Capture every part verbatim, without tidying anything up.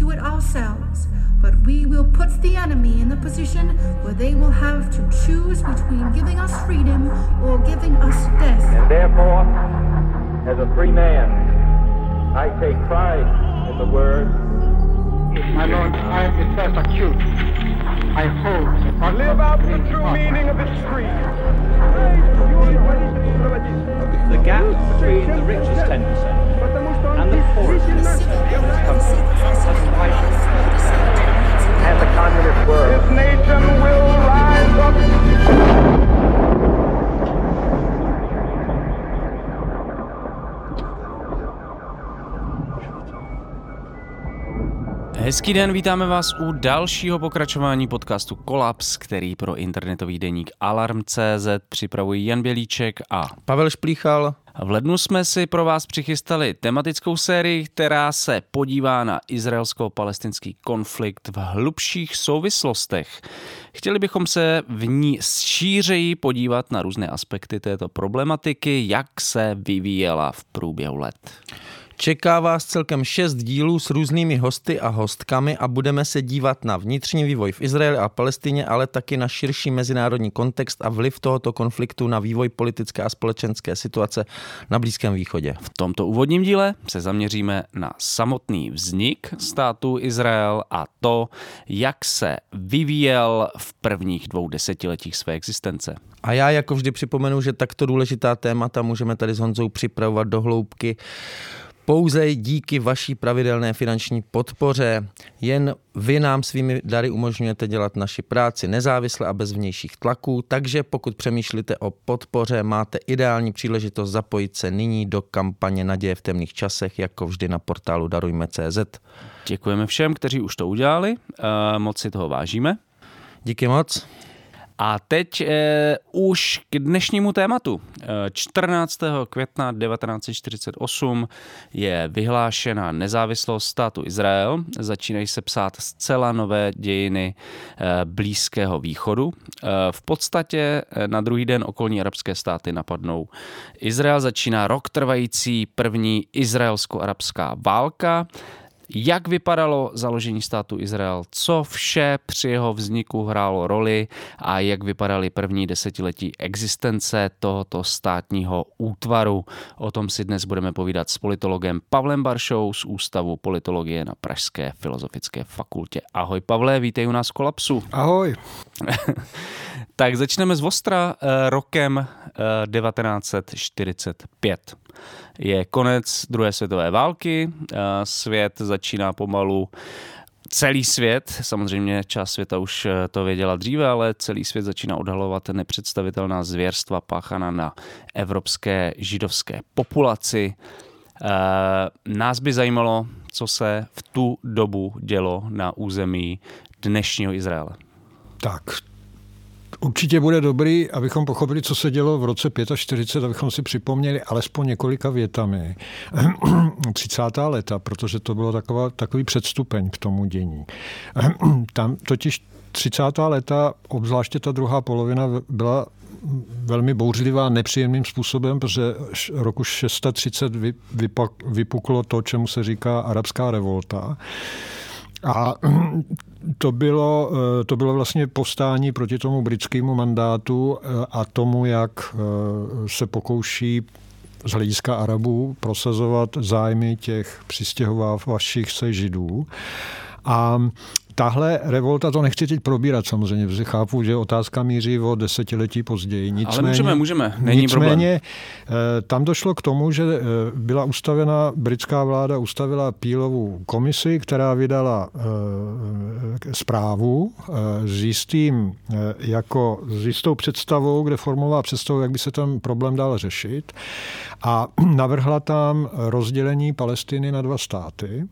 do it ourselves, but we will put the enemy in the position where they will have to choose between giving us freedom or giving us death. And therefore, as a free man, I take pride in the word. My Lord, I am the first accused. I hold the Live out the true meaning of its creed. The gap between the richest ten percent and the poorest ten percent of this country has widened. And the communist world. This nation will rise up. Hezký den, vítáme vás u dalšího pokračování podcastu Kolaps, který pro internetový deník Alarm tečka cé zet připravují Jan Bělíček a Pavel Šplíchal. V lednu jsme si pro vás přichystali tematickou sérii, která se podívá na izraelsko-palestinský konflikt v hlubších souvislostech. Chtěli bychom se v ní šířeji podívat na různé aspekty této problematiky, jak se vyvíjela v průběhu let. Čeká vás celkem šest dílů s různými hosty a hostkami a budeme se dívat na vnitřní vývoj v Izraeli a Palestině, ale taky na širší mezinárodní kontext a vliv tohoto konfliktu na vývoj politické a společenské situace na Blízkém východě. V tomto úvodním díle se zaměříme na samotný vznik státu Izrael a to, jak se vyvíjel v prvních dvou desetiletích své existence. A já jako vždy připomenu, že takto důležitá témata můžeme tady s Honzou připravovat do hloubky pouze díky vaší pravidelné finanční podpoře. Jen vy nám svými dary umožňujete dělat naši práci nezávisle a bez vnějších tlaků, takže pokud přemýšlíte o podpoře, máte ideální příležitost zapojit se nyní do kampaně Naděje v temných časech, jako vždy na portálu darujme tečka cé zet. Děkujeme všem, kteří už to udělali, moc si toho vážíme. Díky moc. A teď eh, už k dnešnímu tématu. čtrnáctého května devatenáct set čtyřicet osm je vyhlášena nezávislost státu Izrael. Začínají se psát zcela nové dějiny eh, Blízkého východu. Eh, v podstatě eh, na druhý den okolní arabské státy napadnou Izrael. Začíná rok trvající první izraelsko-arabská válka. Jak vypadalo založení státu Izrael, co vše při jeho vzniku hrálo roli a jak vypadaly první desetiletí existence tohoto státního útvaru. O tom si dnes budeme povídat s politologem Pavlem Baršou z Ústavu politologie na Pražské filozofické fakultě. Ahoj Pavle, vítej u nás v Kolapsu. Ahoj. Tak začneme z ostra rokem devatenáct set čtyřicet pět. Je konec druhé světové války, svět začíná pomalu, celý svět, samozřejmě část světa už to věděla dříve, ale celý svět začíná odhalovat nepředstavitelná zvěrstva páchaná na evropské židovské populaci. Nás by zajímalo, co se v tu dobu dělo na území dnešního Izraele. Tak, určitě bude dobrý, abychom pochopili, co se dělo v roce čtyřicet pět, abychom si připomněli alespoň několika větami třicátá léta, protože to bylo taková, takový předstupeň k tomu dění. Tam totiž třicátá léta, obzvláště ta druhá polovina, byla velmi bouřlivá nepříjemným způsobem, protože roku třicet šest vypuklo to, čemu se říká arabská revolta. A to bylo, to bylo vlastně povstání proti tomu britskému mandátu a tomu, jak se pokouší z hlediska Arabů prosazovat zájmy těch přistěhovávajících se Židů. A tahle revolta, to nechci teď probírat samozřejmě, protože chápu, že otázka míří o desetiletí později. Nicméně, ale můžeme, můžeme, není nicméně, problém. Tam došlo k tomu, že byla ustavena, britská vláda ustavila Peelovu komisi, která vydala e, zprávu e, s jistým, e, jako s jistou představou, kde formulovala představu, jak by se ten problém dal řešit a navrhla tam rozdělení Palestiny na dva státy.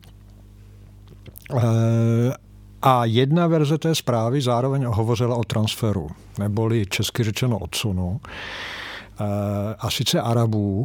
E, A jedna verze té zprávy zároveň hovořila o transferu, neboli česky řečeno odsunu. a sice Arabů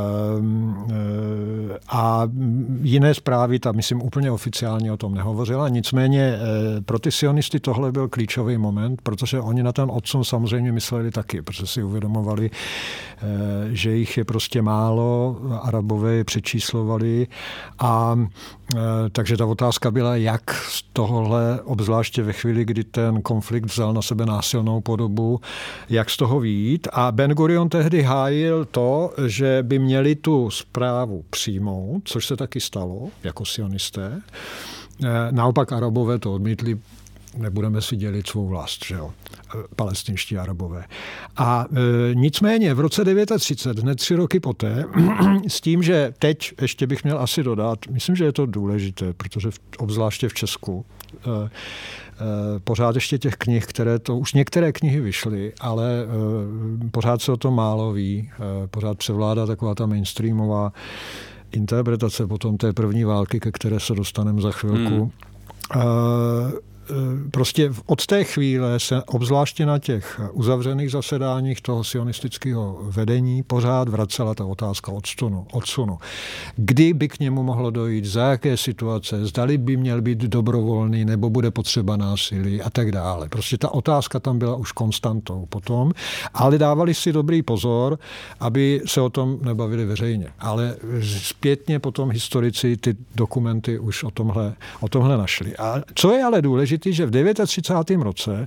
a jiné zprávy, tam myslím úplně oficiálně o tom nehovořila, nicméně pro ty sionisty tohle byl klíčový moment, protože oni na ten odsun samozřejmě mysleli taky, protože si uvědomovali, že jich je prostě málo, Arabové je přečíslovali a takže ta otázka byla, jak z tohohle, obzvláště ve chvíli, kdy ten konflikt vzal na sebe násilnou podobu, jak z toho vyjít. A Ben Gurion tehdy hájil to, že by měli tu zprávu přijmout, což se taky stalo, jako sionisté. Naopak Arabové to odmítli, nebudeme si dělit svou vlast, že jo, palestinští Arabové. A e, nicméně v roce třicet devět, hned tři roky poté, s tím, že teď ještě bych měl asi dodat, myslím, že je to důležité, protože v, obzvláště v Česku, e, e, pořád ještě těch knih, které to, už některé knihy vyšly, ale e, pořád se o tom málo ví, e, pořád převládá taková ta mainstreamová interpretace potom té první války, ke které se dostaneme za chvilku. Hmm. E, Prostě od té chvíle se obzvláště na těch uzavřených zasedáních toho sionistického vedení pořád vracela ta otázka odsunu. odsunu. Kdy by k němu mohlo dojít, za jaké situace, zdali by měl být dobrovolný, nebo bude potřeba násilí a tak dále. Prostě ta otázka tam byla už konstantou potom, ale dávali si dobrý pozor, aby se o tom nebavili veřejně. Ale zpětně potom historici ty dokumenty už o tomhle, o tomhle našli. A co je ale důležité, že v třicátém devátém roce,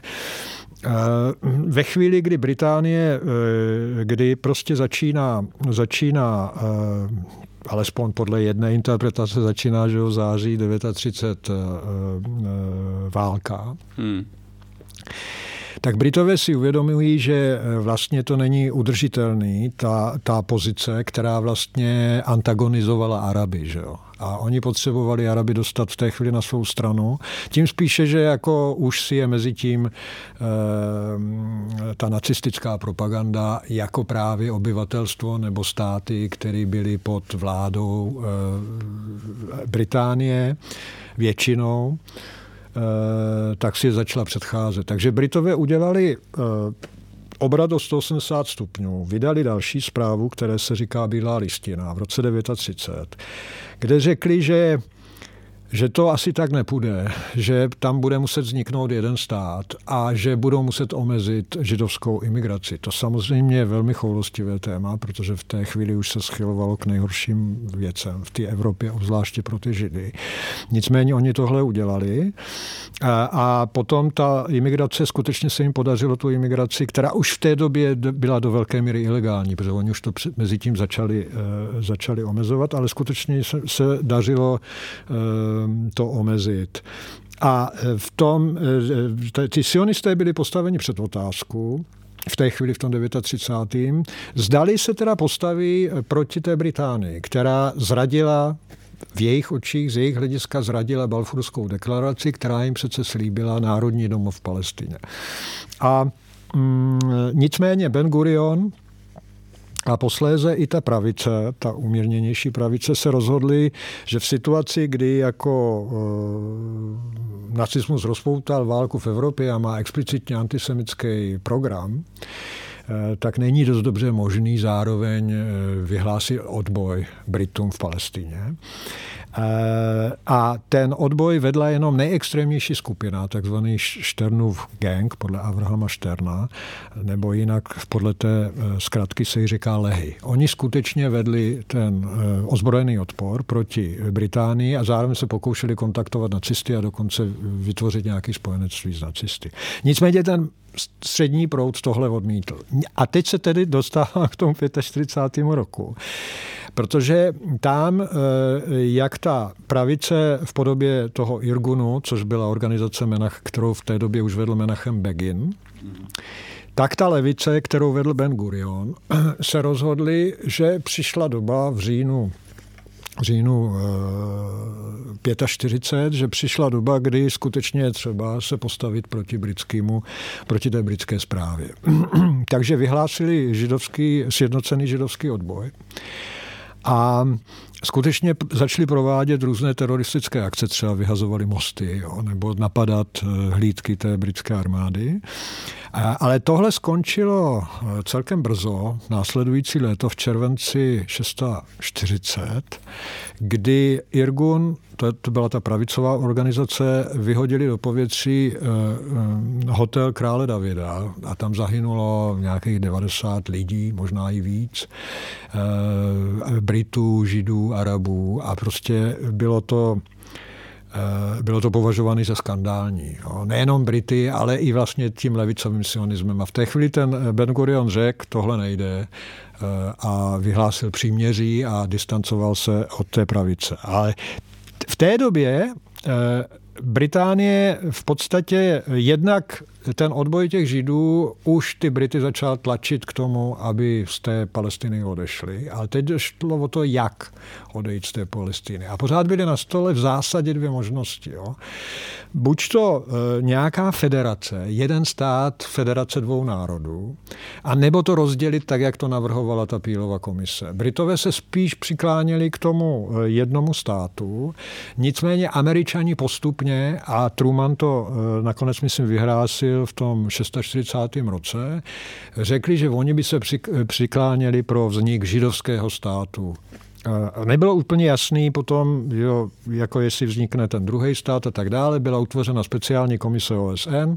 ve chvíli, kdy Británie, kdy prostě začíná, začíná alespoň podle jedné interpretace začíná, že v září třicet devět válka, hmm. tak Britové si uvědomují, že vlastně to není udržitelný, ta, ta pozice, která vlastně antagonizovala Araby, že jo. A oni potřebovali Araby dostat v té chvíli na svou stranu. Tím spíše, že jako už si je mezi tím e, ta nacistická propaganda jako právě obyvatelstvo nebo státy, které byly pod vládou e, Británie většinou, e, tak si začala předcházet. Takže Britové udělali e, obrat o sto osmdesát stupňů, vydali další zprávu, které se říká Bílá listina v roce třicet devět, kde řekli, že, že to asi tak nepůjde, že tam bude muset vzniknout jeden stát a že budou muset omezit židovskou imigraci. To samozřejmě je velmi choulostivé téma, protože v té chvíli už se schylovalo k nejhorším věcem v té Evropě, obzvláště pro ty Židy. Nicméně oni tohle udělali a, a potom ta imigrace, skutečně se jim podařilo tu imigraci, která už v té době byla do velké míry ilegální, protože oni už to mezi tím začali, začali omezovat, ale skutečně se, se dařilo to omezit. A v tom, ty sionisté byli postaveni před otázku, v té chvíli v tom třicátém devátém zdali se teda postaví proti té Británii, která zradila v jejich očích, z jejich hlediska zradila Balfurskou deklaraci, která jim přece slíbila národní domov v Palestině. A mm, nicméně Ben Gurion a posléze i ta pravice, ta umírněnější pravice se rozhodli, že v situaci, kdy jako e, nacismus rozpoutal válku v Evropě a má explicitně antisemický program, e, tak není dost dobře možný zároveň vyhlásit odboj Britům v Palestině. A ten odboj vedla jenom nejextrémnější skupina, takzvaný Sternův gang, podle Avrahama Sterna, nebo jinak podle té zkratky se jí říká Lehy. Oni skutečně vedli ten ozbrojený odpor proti Británii a zároveň se pokoušeli kontaktovat nacisty a dokonce vytvořit nějaké spojenectví s nacisty. Nicméně ten střední proud tohle odmítl. A teď se tedy dostává k tomu čtyřicátému pátém roku. Protože tam, jak ta pravice v podobě toho Irgunu, což byla organizace, kterou v té době už vedl Menachem Begin, tak ta levice, kterou vedl Ben Gurion, se rozhodli, že přišla doba v říjnu v říjnu čtyřicet pět, že přišla doba, kdy skutečně je třeba se postavit proti britskému, proti té britské správě. Takže vyhlásili židovský, sjednocený židovský odboj. A skutečně začali provádět různé teroristické akce, třeba vyhazovali mosty, jo, nebo napadat hlídky té britské armády. Ale tohle skončilo celkem brzo, následující léto v červenci čtyřicet šest, kdy Irgun, to, to byla ta pravicová organizace, vyhodili do povětří eh, hotel Krále Davida a tam zahynulo nějakých devadesát lidí, možná i víc, eh, Britů, Židů, Arabů a prostě bylo to Bylo to považované za skandální. Jo. Nejenom Brity, ale i vlastně tím levicovým sionismem. A v té chvíli ten Ben Gurion řekl, tohle nejde a vyhlásil příměří a distancoval se od té pravice. Ale v té době Británie v podstatě jednak ten odboj těch Židů už ty Brity začal tlačit k tomu, aby z té Palestiny odešli. Ale teď šlo o to, jak odejít z té Palestiny. A pořád byly na stole v zásadě dvě možnosti. Jo. Buď to e, nějaká federace, jeden stát, federace dvou národů, a nebo to rozdělit tak, jak to navrhovala ta Peelova komise. Britové se spíš přikláněli k tomu jednomu státu, nicméně Američani postupně, a Truman to e, nakonec, myslím, vyhlásil v tom čtyřicátém šestém roce, řekli, že oni by se přikláněli pro vznik židovského státu. Nebylo úplně jasný potom, jo, jako jestli vznikne ten druhý stát a tak dále. Byla utvořena speciální komise O S N,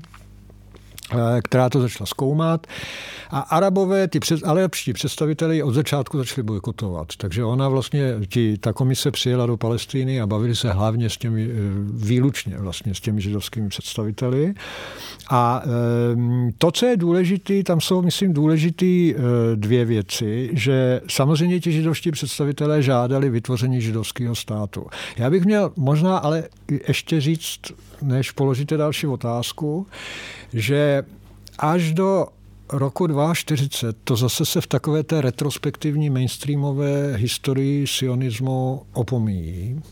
která to začala zkoumat. A Arabové, ty před, arabští představitelé od začátku začali bojkotovat. Takže ona vlastně, ti, ta komise přijela do Palestiny a bavili se hlavně s těmi, výlučně vlastně s těmi židovskými představiteli. A to, co je důležité, tam jsou, myslím, důležité dvě věci, že samozřejmě ti židovští představitelé žádali vytvoření židovského státu. Já bych měl možná ale ještě říct, než položíte další otázku, že až do roku čtyřicet dva to zase se v takové té retrospektivní mainstreamové historii sionismu opomíjí.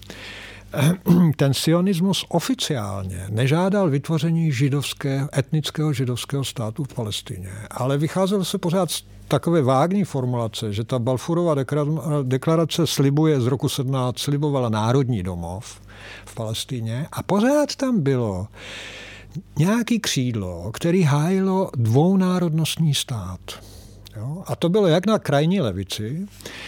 Ten sionismus oficiálně nežádal vytvoření židovského, etnického židovského státu v Palestině, ale vycházel se pořád z takové vágní formulace, že ta Balfourova deklarace slibuje z roku sedmnáct, slibovala národní domov v Palestině a pořád tam bylo nějaký křídlo, který hájilo dvounárodnostní stát. Jo? A to bylo jak na krajní levici,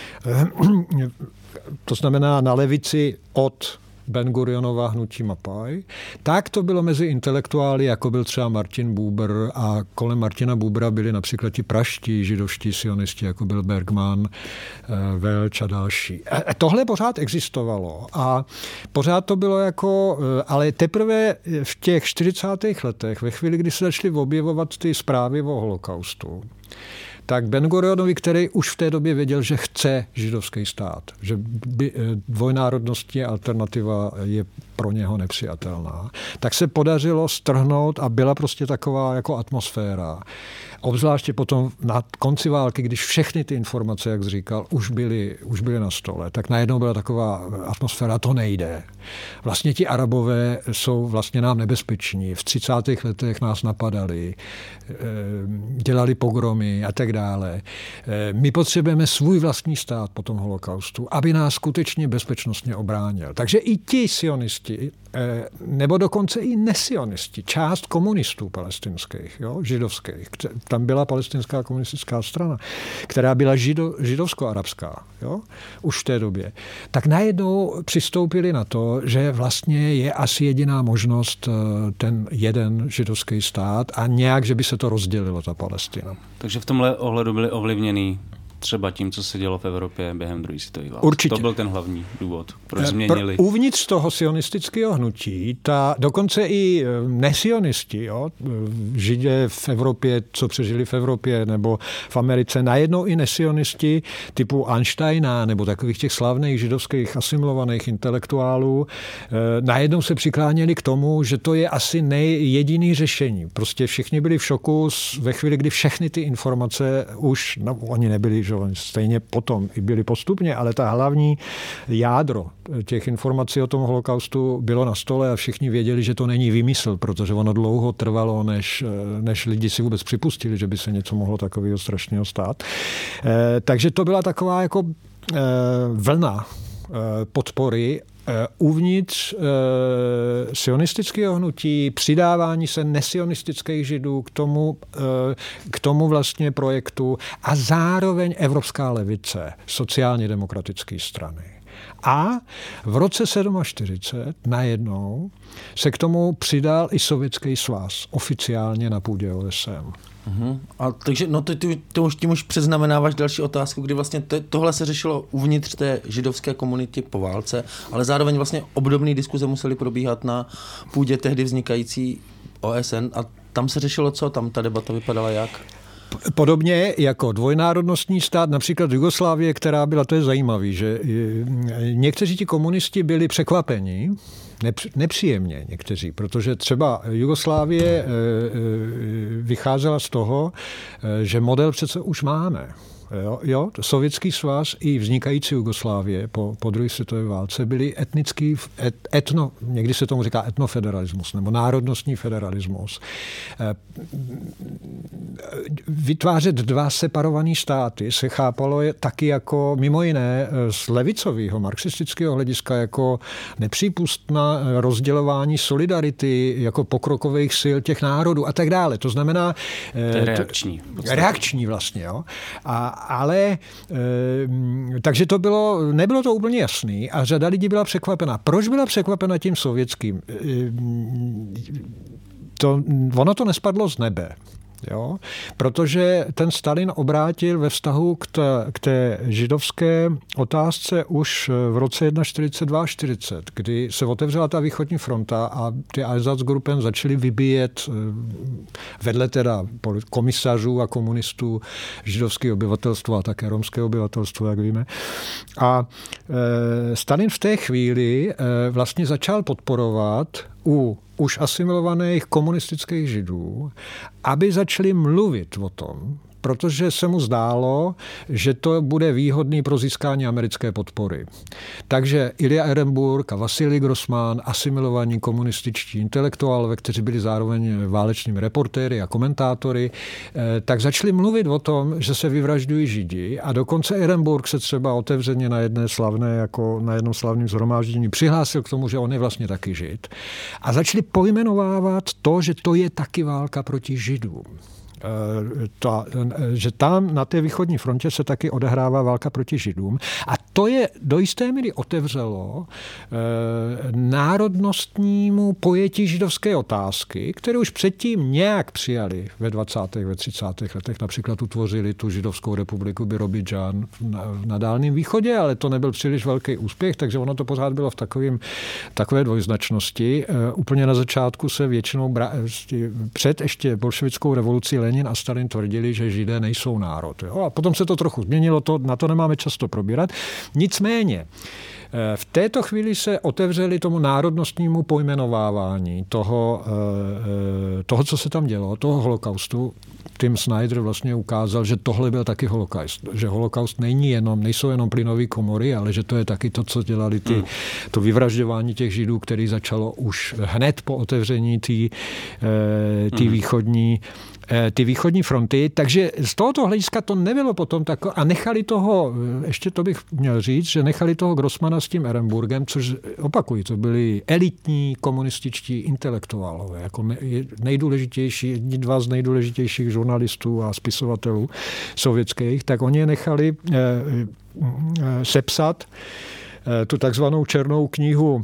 to znamená na levici od Ben Gurionova hnutí Mapaj, tak to bylo mezi intelektuály, jako byl třeba Martin Buber, a kolem Martina Bubera byli například ti praští židovští sionisti, jako byl Bergman, Welch a další. A tohle pořád existovalo a pořád to bylo jako, ale teprve v těch čtyřicátých letech, ve chvíli, kdy se začaly objevovat ty zprávy o holokaustu, tak Ben Gurionovi, který už v té době věděl, že chce židovský stát, že by, dvojnárodnostní alternativa je pro něho nepřijatelná, tak se podařilo strhnout a byla prostě taková jako atmosféra. Obzvláště potom na konci války, když všechny ty informace, jak jsi říkal, už byly, už byly na stole, tak najednou byla taková atmosféra, to nejde. Vlastně ti Arabové jsou vlastně nám nebezpeční. V třicátých letech nás napadali, dělali pogromy a tak dále. My potřebujeme svůj vlastní stát po tom holokaustu, aby nás skutečně bezpečnostně obránil. Takže i ti sionisti, nebo dokonce i nesionisti, část komunistů palestinských, jo, židovských, tam byla palestinská komunistická strana, která byla žido, židovsko-arabská, jo, už v té době, tak najednou přistoupili na to, že vlastně je asi jediná možnost ten jeden židovský stát a nějak, že by se to rozdělilo, ta Palestina. Takže v tomhle ohledu byli ovlivněný třeba tím, co se dělo v Evropě během druhé světové války. Určitě. To byl ten hlavní důvod, proč změnili. Pr- uvnitř toho sionistického hnutí, ta, dokonce i nesionisti, jo, Židé v Evropě, co přežili v Evropě nebo v Americe, najednou i nesionisti typu Einsteina nebo takových těch slavných židovských asimilovaných intelektuálů, najednou se přikláněli k tomu, že to je asi nejjediný řešení. Prostě všichni byli v šoku ve chvíli, kdy všechny ty informace už, no, oni nebyli, že stejně potom i byli postupně, ale ta hlavní jádro těch informací o tom holokaustu bylo na stole a všichni věděli, že to není výmysl, protože ono dlouho trvalo, než, než lidi si vůbec připustili, že by se něco mohlo takového strašného stát. E, takže to byla taková jako e, vlna podpory uvnitř sionistického hnutí, přidávání se nesionistických židů k tomu, k tomu vlastně projektu a zároveň evropská levice, sociálně demokratické strany. A v roce čtyřicet sedm najednou se k tomu přidal i Sovětský svaz oficiálně na půdě O S N. Uh-huh. A takže no to, ty, to už tím už předznamenáváš další otázku, kdy vlastně to, tohle se řešilo uvnitř té židovské komunity po válce, ale zároveň vlastně obdobné diskuze musely probíhat na půdě tehdy vznikající O S N a tam se řešilo co? Tam ta debata vypadala jak? Podobně jako dvojnárodnostní stát, například Jugoslávie, která byla, to je zajímavé, že někteří ti komunisti byli překvapeni, nepříjemně někteří, protože třeba Jugoslávie vycházela z toho, že model přece už máme. Jo, jo, Sovětský svaz i vznikající Jugoslávie po, po druhé světové válce byly etnický, et, etno, někdy se tomu říká etnofederalismus nebo národnostní federalismus. Vytvářet dva separované státy se chápalo taky jako mimo jiné z levicového marxistického hlediska jako nepřípustná rozdělování solidarity jako pokrokových sil těch národů a tak dále. To znamená... To je reakční. Reakční vlastně, jo. A ale e, takže to bylo, nebylo to úplně jasný a řada lidí byla překvapená. Proč byla překvapena tím sovětským? E, to, ono to nespadlo z nebe. Jo? Protože ten Stalin obrátil ve vztahu k té, k té židovské otázce už v roce čtyřicet jedna čtyřicet dva, kdy se otevřela ta východní fronta a ty Einsatzgruppen začaly vybíjet vedle teda komisařů a komunistů židovské obyvatelstvo a také romské obyvatelstvo, jak víme. A e, Stalin v té chvíli e, vlastně začal podporovat u už asimilovaných komunistických židů, aby začali mluvit o tom, protože se mu zdálo, že to bude výhodný pro získání americké podpory. Takže Ilja Ehrenburg a Vasilij Grossman, asimilovaní komunističtí intelektuálové, kteří byli zároveň válečnými reportéry a komentátory, tak začali mluvit o tom, že se vyvražďují židi a dokonce Ehrenburg se třeba otevřeně na jedné slavné, jako na jednom slavném shromáždění přihlásil k tomu, že on je vlastně taky žid. A začali pojmenovávat to, že to je taky válka proti židům. Ta, že tam na té východní frontě se taky odehrává válka proti židům. A to je do jisté míry otevřelo eh, národnostnímu pojetí židovské otázky, které už předtím nějak přijali ve dvacátých ve třicátých letech. Například utvořili tu židovskou republiku Birobidžán na, na Dálném východě, ale to nebyl příliš velký úspěch, takže ono to pořád bylo v takovým, takové dvojznačnosti. Eh, úplně na začátku se většinou bra, před ještě bolševickou revolucí Lenin a Stalin tvrdili, že Židé nejsou národ. Jo? A potom se to trochu změnilo, to, na to nemáme často probírat. Nicméně, v této chvíli se otevřeli tomu národnostnímu pojmenovávání toho, toho, co se tam dělo, toho holokaustu. Tim Snyder vlastně ukázal, že tohle byl taky holokaust. Že holokaust není jenom, nejsou jenom plynové komory, ale že to je taky to, co dělali ty, to vyvražďování těch Židů, který začalo už hned po otevření té východní ty východní fronty, takže z tohoto hlediska to nebylo potom takové a nechali toho, ještě to bych měl říct, že nechali toho Grossmana s tím Ehrenburgem, což opakuji, to byli elitní komunističtí intelektuálové, jako nejdůležitější, jedni dva z nejdůležitějších žurnalistů a spisovatelů sovětských, tak oni je nechali eh, eh, sepsat eh, tu takzvanou černou knihu.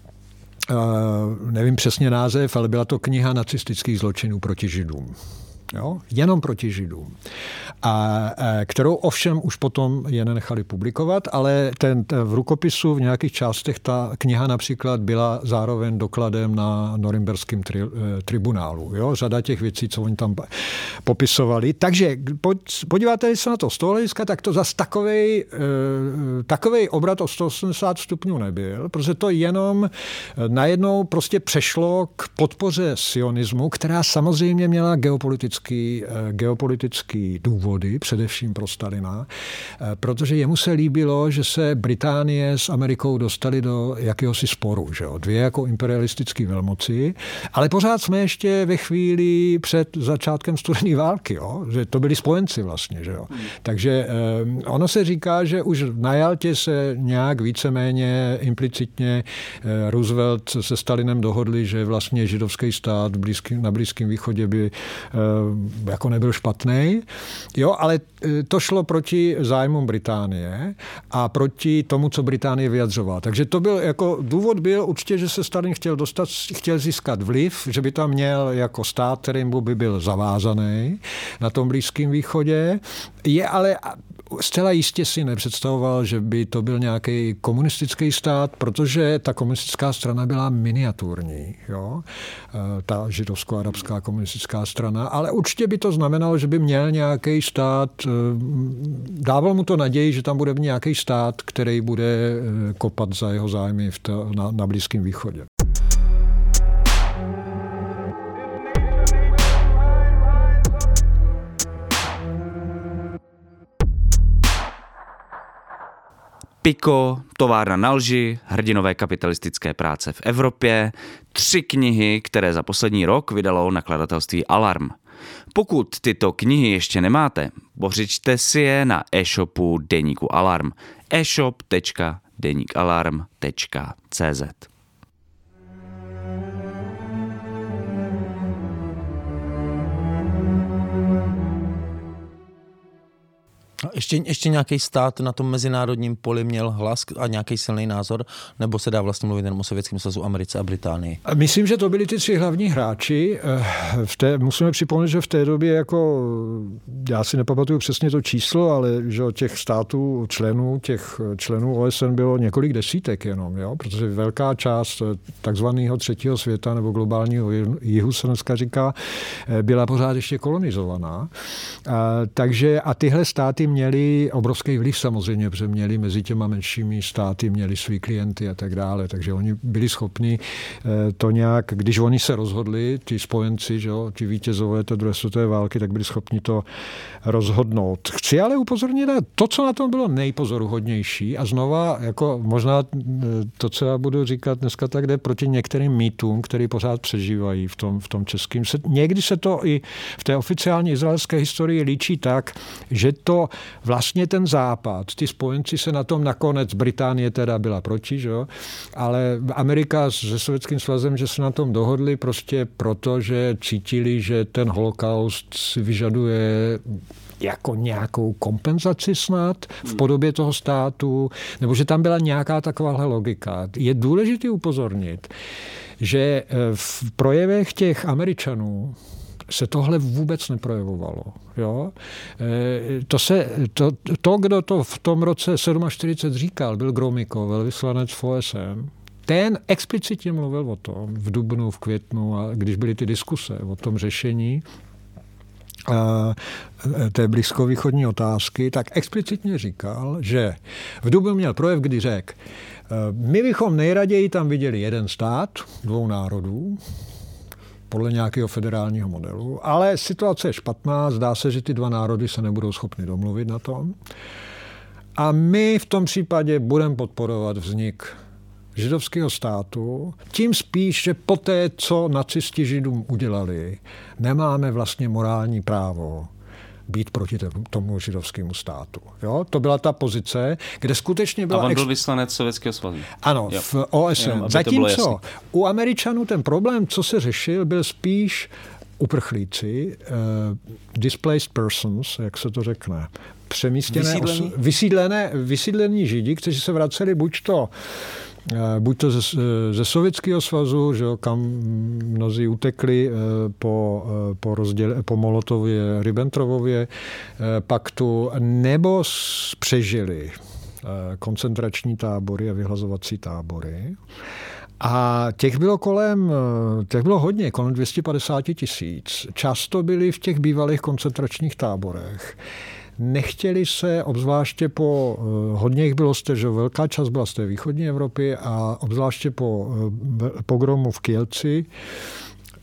Uh, nevím přesně název, ale byla to kniha nacistických zločinů proti Židům. Jo? Jenom proti Židům. A, a kterou ovšem už potom je nenechali publikovat, ale ten, ten v rukopisu v nějakých částech ta kniha například byla zároveň dokladem na norimberském tri, tribunálu. Jo? Řada těch věcí, co oni tam popisovali. Takže podíváte se na to z toho hlediska, tak to zas takovej, takovej obrat o sto osmdesát stupňů nebyl, protože to jenom najednou prostě přešlo k podpoře sionismu, která samozřejmě měla geopolitické strategický, geopolitický důvody, především pro Stalina, protože jemu se líbilo, že se Británie s Amerikou dostali do jakéhosi sporu. Že jo? Dvě jako imperialistické velmoci, ale pořád jsme ještě ve chvíli před začátkem studené války, jo? Že to byli spojenci vlastně. Že jo? Hmm. Takže eh, ono se říká, že už na Jaltě se nějak víceméně implicitně eh, Roosevelt se Stalinem dohodli, že vlastně židovský stát blízký, na Blízkém východě by eh, jako nebyl špatný. Jo, ale to šlo proti zájmům Británie a proti tomu, co Británie vyjadřovala. Takže to byl jako důvod byl určitě, že se Stalin chtěl dostat, chtěl získat vliv, že by tam měl jako stát, kterým by byl zavázaný na tom Blízkém východě. Je ale zcela jistě si nepředstavoval, že by to byl nějaký komunistický stát, protože ta komunistická strana byla miniaturní. Jo? Ta židovsko-arabská komunistická strana. Ale určitě by to znamenalo, že by měl nějaký stát, dával mu to naději, že tam bude nějaký stát, který bude kopat za jeho zájmy v to, na, na Blízkém východě. Pico, továrna na lži, hrdinové kapitalistické práce v Evropě, tři knihy, které za poslední rok vydalo nakladatelství Alarm. Pokud tyto knihy ještě nemáte, pořiďte si je na e-shopu Deníku Alarm. e-shop tečka denikalarm tečka cz. Ještě, ještě nějaký stát na tom mezinárodním poli měl hlas a nějaký silný názor, nebo se dá vlastně mluvit jen o Sovětském svazu, Americe a Británii? Myslím, že to byli ty tři hlavní hráči. V té, musíme připomenout, že v té době, jako, já si nepamatuju přesně to číslo, ale že těch států, členů, těch členů O S N bylo několik desítek jenom, jo? Protože velká část takzvaného třetího světa nebo globálního jihu se dneska říká, byla pořád ještě kolonizovaná. A, takže a tyhle státy měli obrovský vliv samozřejmě, protože měli mezi těma menšími státy, měli svý klienty a tak dále, takže oni byli schopni to nějak, když oni se rozhodli, ty spojenci, že jo, ti vítězové té druhé světové války, tak byli schopni to rozhodnout. Chci ale upozornit na to, co na tom bylo nejpozoruhodnější a znova, jako možná to, co já budu říkat dneska, tak jde proti některým mýtům, který pořád přežívají v tom, v tom českém. Někdy se to i v té oficiální izraelské historii líčí tak, že to vlastně ten západ, ty spojenci se na tom nakonec, Británie teda byla proti, že jo? Ale Amerika se Sovětským svazem, že se na tom dohodli prostě proto, že cítili, že ten holokaust si vyžaduje jako nějakou kompenzaci snad v podobě toho státu, nebo že tam byla nějaká takováhle logika. Je důležité upozornit, že v projevech těch Američanů se tohle vůbec neprojevovalo. Jo? To, se, to, to, kdo to v tom roce čtyřicet sedm říkal, byl Gromyko, velvyslanec v O S N. Ten explicitně mluvil o tom v dubnu, v květnu, a když byly ty diskuse o tom řešení té blízkovýchodní otázky, tak explicitně říkal, že v dubnu měl projev, kdy řekl, my bychom nejraději tam viděli jeden stát, dvou národů, podle nějakého federálního modelu, ale situace je špatná, zdá se, že ty dva národy se nebudou schopni domluvit na tom. A my v tom případě budeme podporovat vznik židovského státu, tím spíš, že poté, co nacisti Židům udělali, nemáme vlastně morální právo být proti tomu židovskému státu. Jo? To byla ta pozice, kde skutečně byla... A on byl vyslanec Sovětského svazu. Ano, jo. V O S N. Jenom, zatímco u Američanů ten problém, co se řešil, byl spíš uprchlíci, uh, displaced persons, jak se to řekne, přemístěné, vysídlení? Osu, vysídlené, vysídlení Židi, kteří se vraceli buď to buď to ze, ze Sovětského svazu, že jo, kam mnozí utekli po, po, rozděle, po Molotově, Ribbentrovově paktu, nebo přežili koncentrační tábory a vyhlazovací tábory. A těch bylo kolem, těch bylo hodně, kolem dvě stě padesát tisíc. Často byli v těch bývalých koncentračních táborech. Nechtěli se, obzvláště po, hodně jich bylo z té, že velká část byla z té východní Evropy a obzvláště po pogromu v Kielci,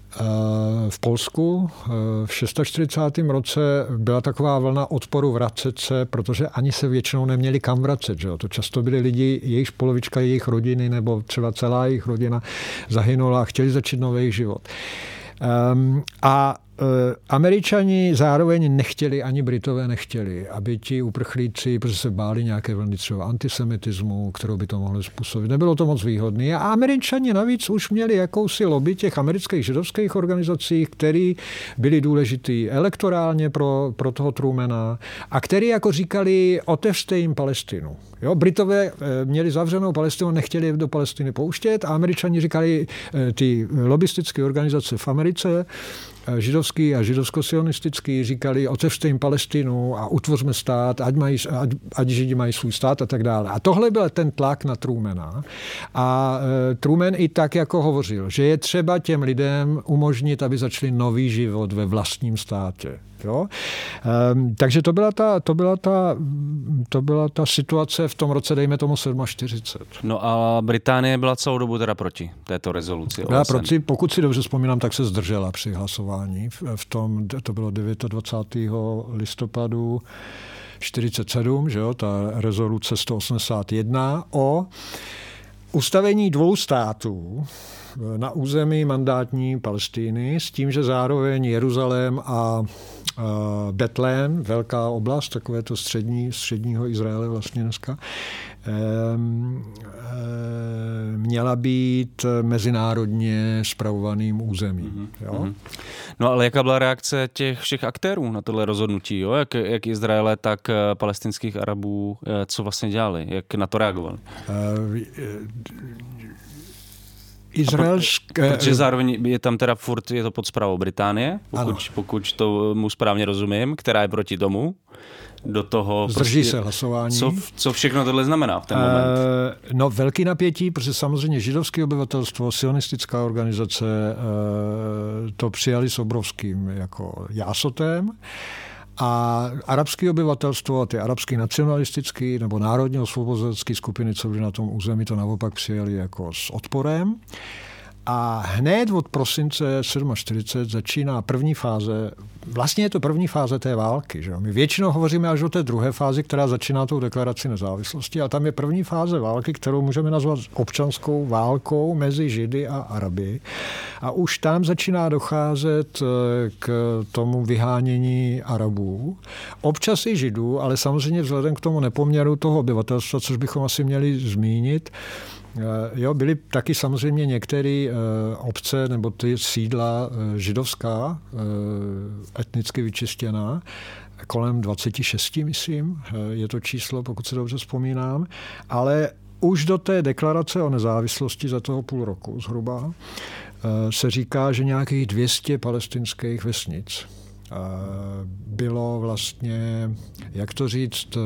V Polsku v čtyřicátém šestém roce byla taková vlna odporu vracet se, protože ani se většinou neměli kam vracet. Že? To často byli lidi, jejichž polovička jejich rodiny nebo třeba celá jejich rodina zahynula a chtěli začít nový život. Um, a Američani zároveň nechtěli, ani Britové nechtěli, aby ti uprchlíci, protože se báli nějaké vlny třeba antisemitismu, kterou by to mohlo způsobit. Nebylo to moc výhodné. A Američani navíc už měli jakousi lobby těch amerických židovských organizací, které byly důležitý elektorálně pro, pro toho Trumana a který jako říkali, otevřte jim Palestinu. Jo, Britové měli zavřenou Palestinu, nechtěli do Palestiny pouštět a Američani říkali, ty lobbystické organizace v Americe, židovský a židovsko-sionistický, říkali, otevřte jim Palestinu a utvořme stát, ať, mají, ať, ať Židi mají svůj stát a tak dále. A tohle byl ten tlak na Trumana. A e, Truman i tak jako hovořil, že je třeba těm lidem umožnit, aby začali nový život ve vlastním státě. Jo? E, takže to byla, ta, to, byla ta, to byla ta situace v tom roce, dejme tomu čtyřicet sedm. No a Británie byla celou dobu teda proti této rezoluci. Byla proti, pokud si dobře vzpomínám, tak se zdržela při hlasování. V tom, to bylo dvacátého devátého listopadu čtyřicet sedm, že jo, ta rezoluce sto osmdesát jedna o ustavení dvou států na území mandátní Palestiny s tím, že zároveň Jeruzalém a Betlém, velká oblast, takové to střední, středního Izraele vlastně dneska, měla být mezinárodně spravovaným územím. Jo? No ale jaká byla reakce těch všech aktérů na tohle rozhodnutí? Jo? Jak, jak Izraele, tak palestinských Arabů, co vlastně dělali? Jak na to reagovali? Izraelské... Protože zároveň je tam teda furt, je to pod správou Británie, pokud, pokud to mu správně rozumím, která je proti tomu. Do toho zdrží prostě, se hlasování. Co, co všechno tohle znamená v ten moment? E, no velký napětí, protože samozřejmě židovské obyvatelstvo, sionistická organizace e, to přijali s obrovským jako jásotem. A arabské obyvatelstvo, ty arabské nacionalistické nebo národně osvobozenecké skupiny, co byly na tom území, to naopak přijali jako s odporem. A hned od prosince čtyřicet sedm začíná první fáze, vlastně je to první fáze té války. Že? My většinou hovoříme až o té druhé fázi, která začíná tou deklarací nezávislosti, a tam je první fáze války, kterou můžeme nazvat občanskou válkou mezi Židy a Araby. A už tam začíná docházet k tomu vyhánění Arabů. Občas i Židů, ale samozřejmě vzhledem k tomu nepoměru toho obyvatelstva, což bychom asi měli zmínit, jo, byly taky samozřejmě některé obce nebo ty sídla židovská, etnicky vyčištěná, kolem dvacet šest, myslím, je to číslo, pokud se dobře vzpomínám, ale už do té deklarace o nezávislosti za toho půl roku zhruba se říká, že nějakých dvě stě palestinských vesnic bylo vlastně, jak to říct,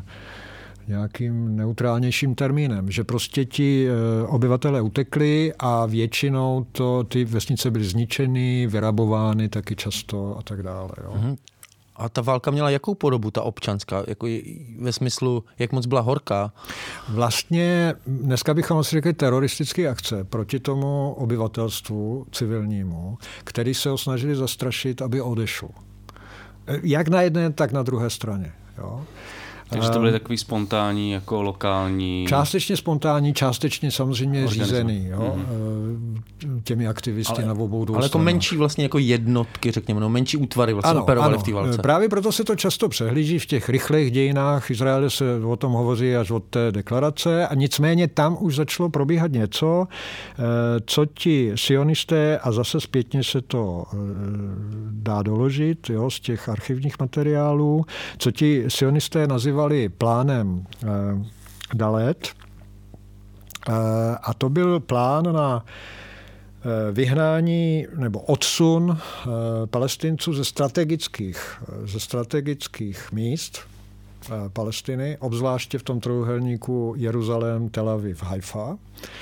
nějakým neutrálnějším termínem, že prostě ti obyvatelé utekli a většinou to, ty vesnice byly zničeny, vyrabovány taky často a tak dále. Jo. Mm-hmm. A ta válka měla jakou podobu, ta občanská? Jako ve smyslu, jak moc byla horká? Vlastně dneska bychom asi řekli teroristické akce proti tomu obyvatelstvu civilnímu, který se ho snažili zastrašit, aby odešlo. Jak na jedné, tak na druhé straně. Jo. Takže to byly takový spontánní, jako lokální... Částečně spontánní, částečně samozřejmě řízený, jo? Mm-hmm. Těmi aktivisty ale, na obou dvou ale jako menší vlastně jako jednotky, řekněme, no, menší útvary vlastně ano, operovaly ano. v té válce. Právě proto se to často přehlíží v těch rychlých dějinách. Izraele se o tom hovoří až od té deklarace a nicméně tam už začalo probíhat něco, co ti sionisté, a zase zpětně se to dá doložit, jo, z těch archivních materiálů, co ti sionisté nazývají plánem eh, Dalet. Eh, a to byl plán na eh, vyhnání nebo odsun eh, Palestinců ze strategických, ze strategických míst eh, Palestiny, obzvláště v tom trojúhelníku Jeruzalém, Tel Aviv, Haifa.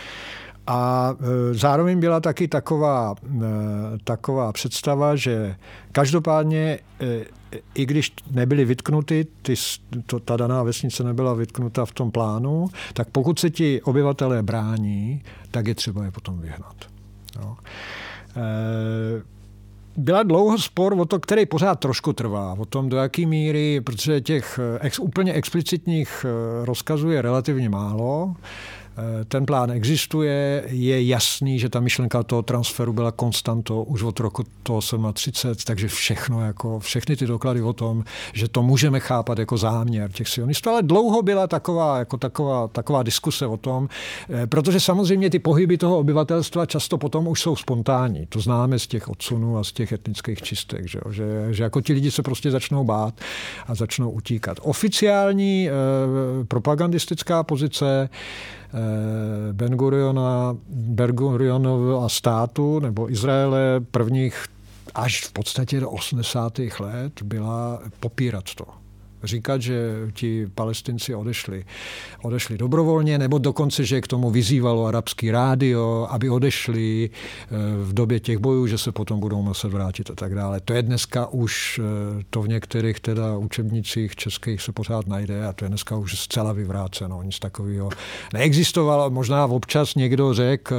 A e, zároveň byla taky taková, e, taková představa, že každopádně, e, i když nebyly vytknuty, ty, to, ta daná vesnice nebyla vytknuta v tom plánu, tak pokud se ti obyvatelé brání, tak je třeba je potom vyhnat. Jo. Byla dlouho spor o to, který pořád trošku trvá, o tom, do jaký míry, protože těch ex, úplně explicitních rozkazů je relativně málo. Ten plán existuje, je jasný, že ta myšlenka toho transferu byla konstantou už od roku třicet osm, takže všechno, jako, všechny ty doklady o tom, že to můžeme chápat jako záměr těch sionistů, ale dlouho byla taková, jako taková, taková diskuse o tom, protože samozřejmě ty pohyby toho obyvatelstva často potom už jsou spontánní. To známe z těch odsunů a z těch etnických čistek, že, že, že jako ti lidi se prostě začnou bát a začnou utíkat. Oficiální eh, propagandistická pozice Ben-Guriona, Ben-Gurionova státu nebo Izraele prvních až v podstatě do osmdesátých let byla popírat to. Říkat, že ti Palestinci odešli, odešli dobrovolně, nebo dokonce, že k tomu vyzývalo arabský rádio, aby odešli v době těch bojů, že se potom budou muset vrátit a tak dále. To je dneska už, to v některých teda učebnicích českých se pořád najde a to je dneska už zcela vyvráceno. Nic takového neexistovalo. Možná občas někdo řekl,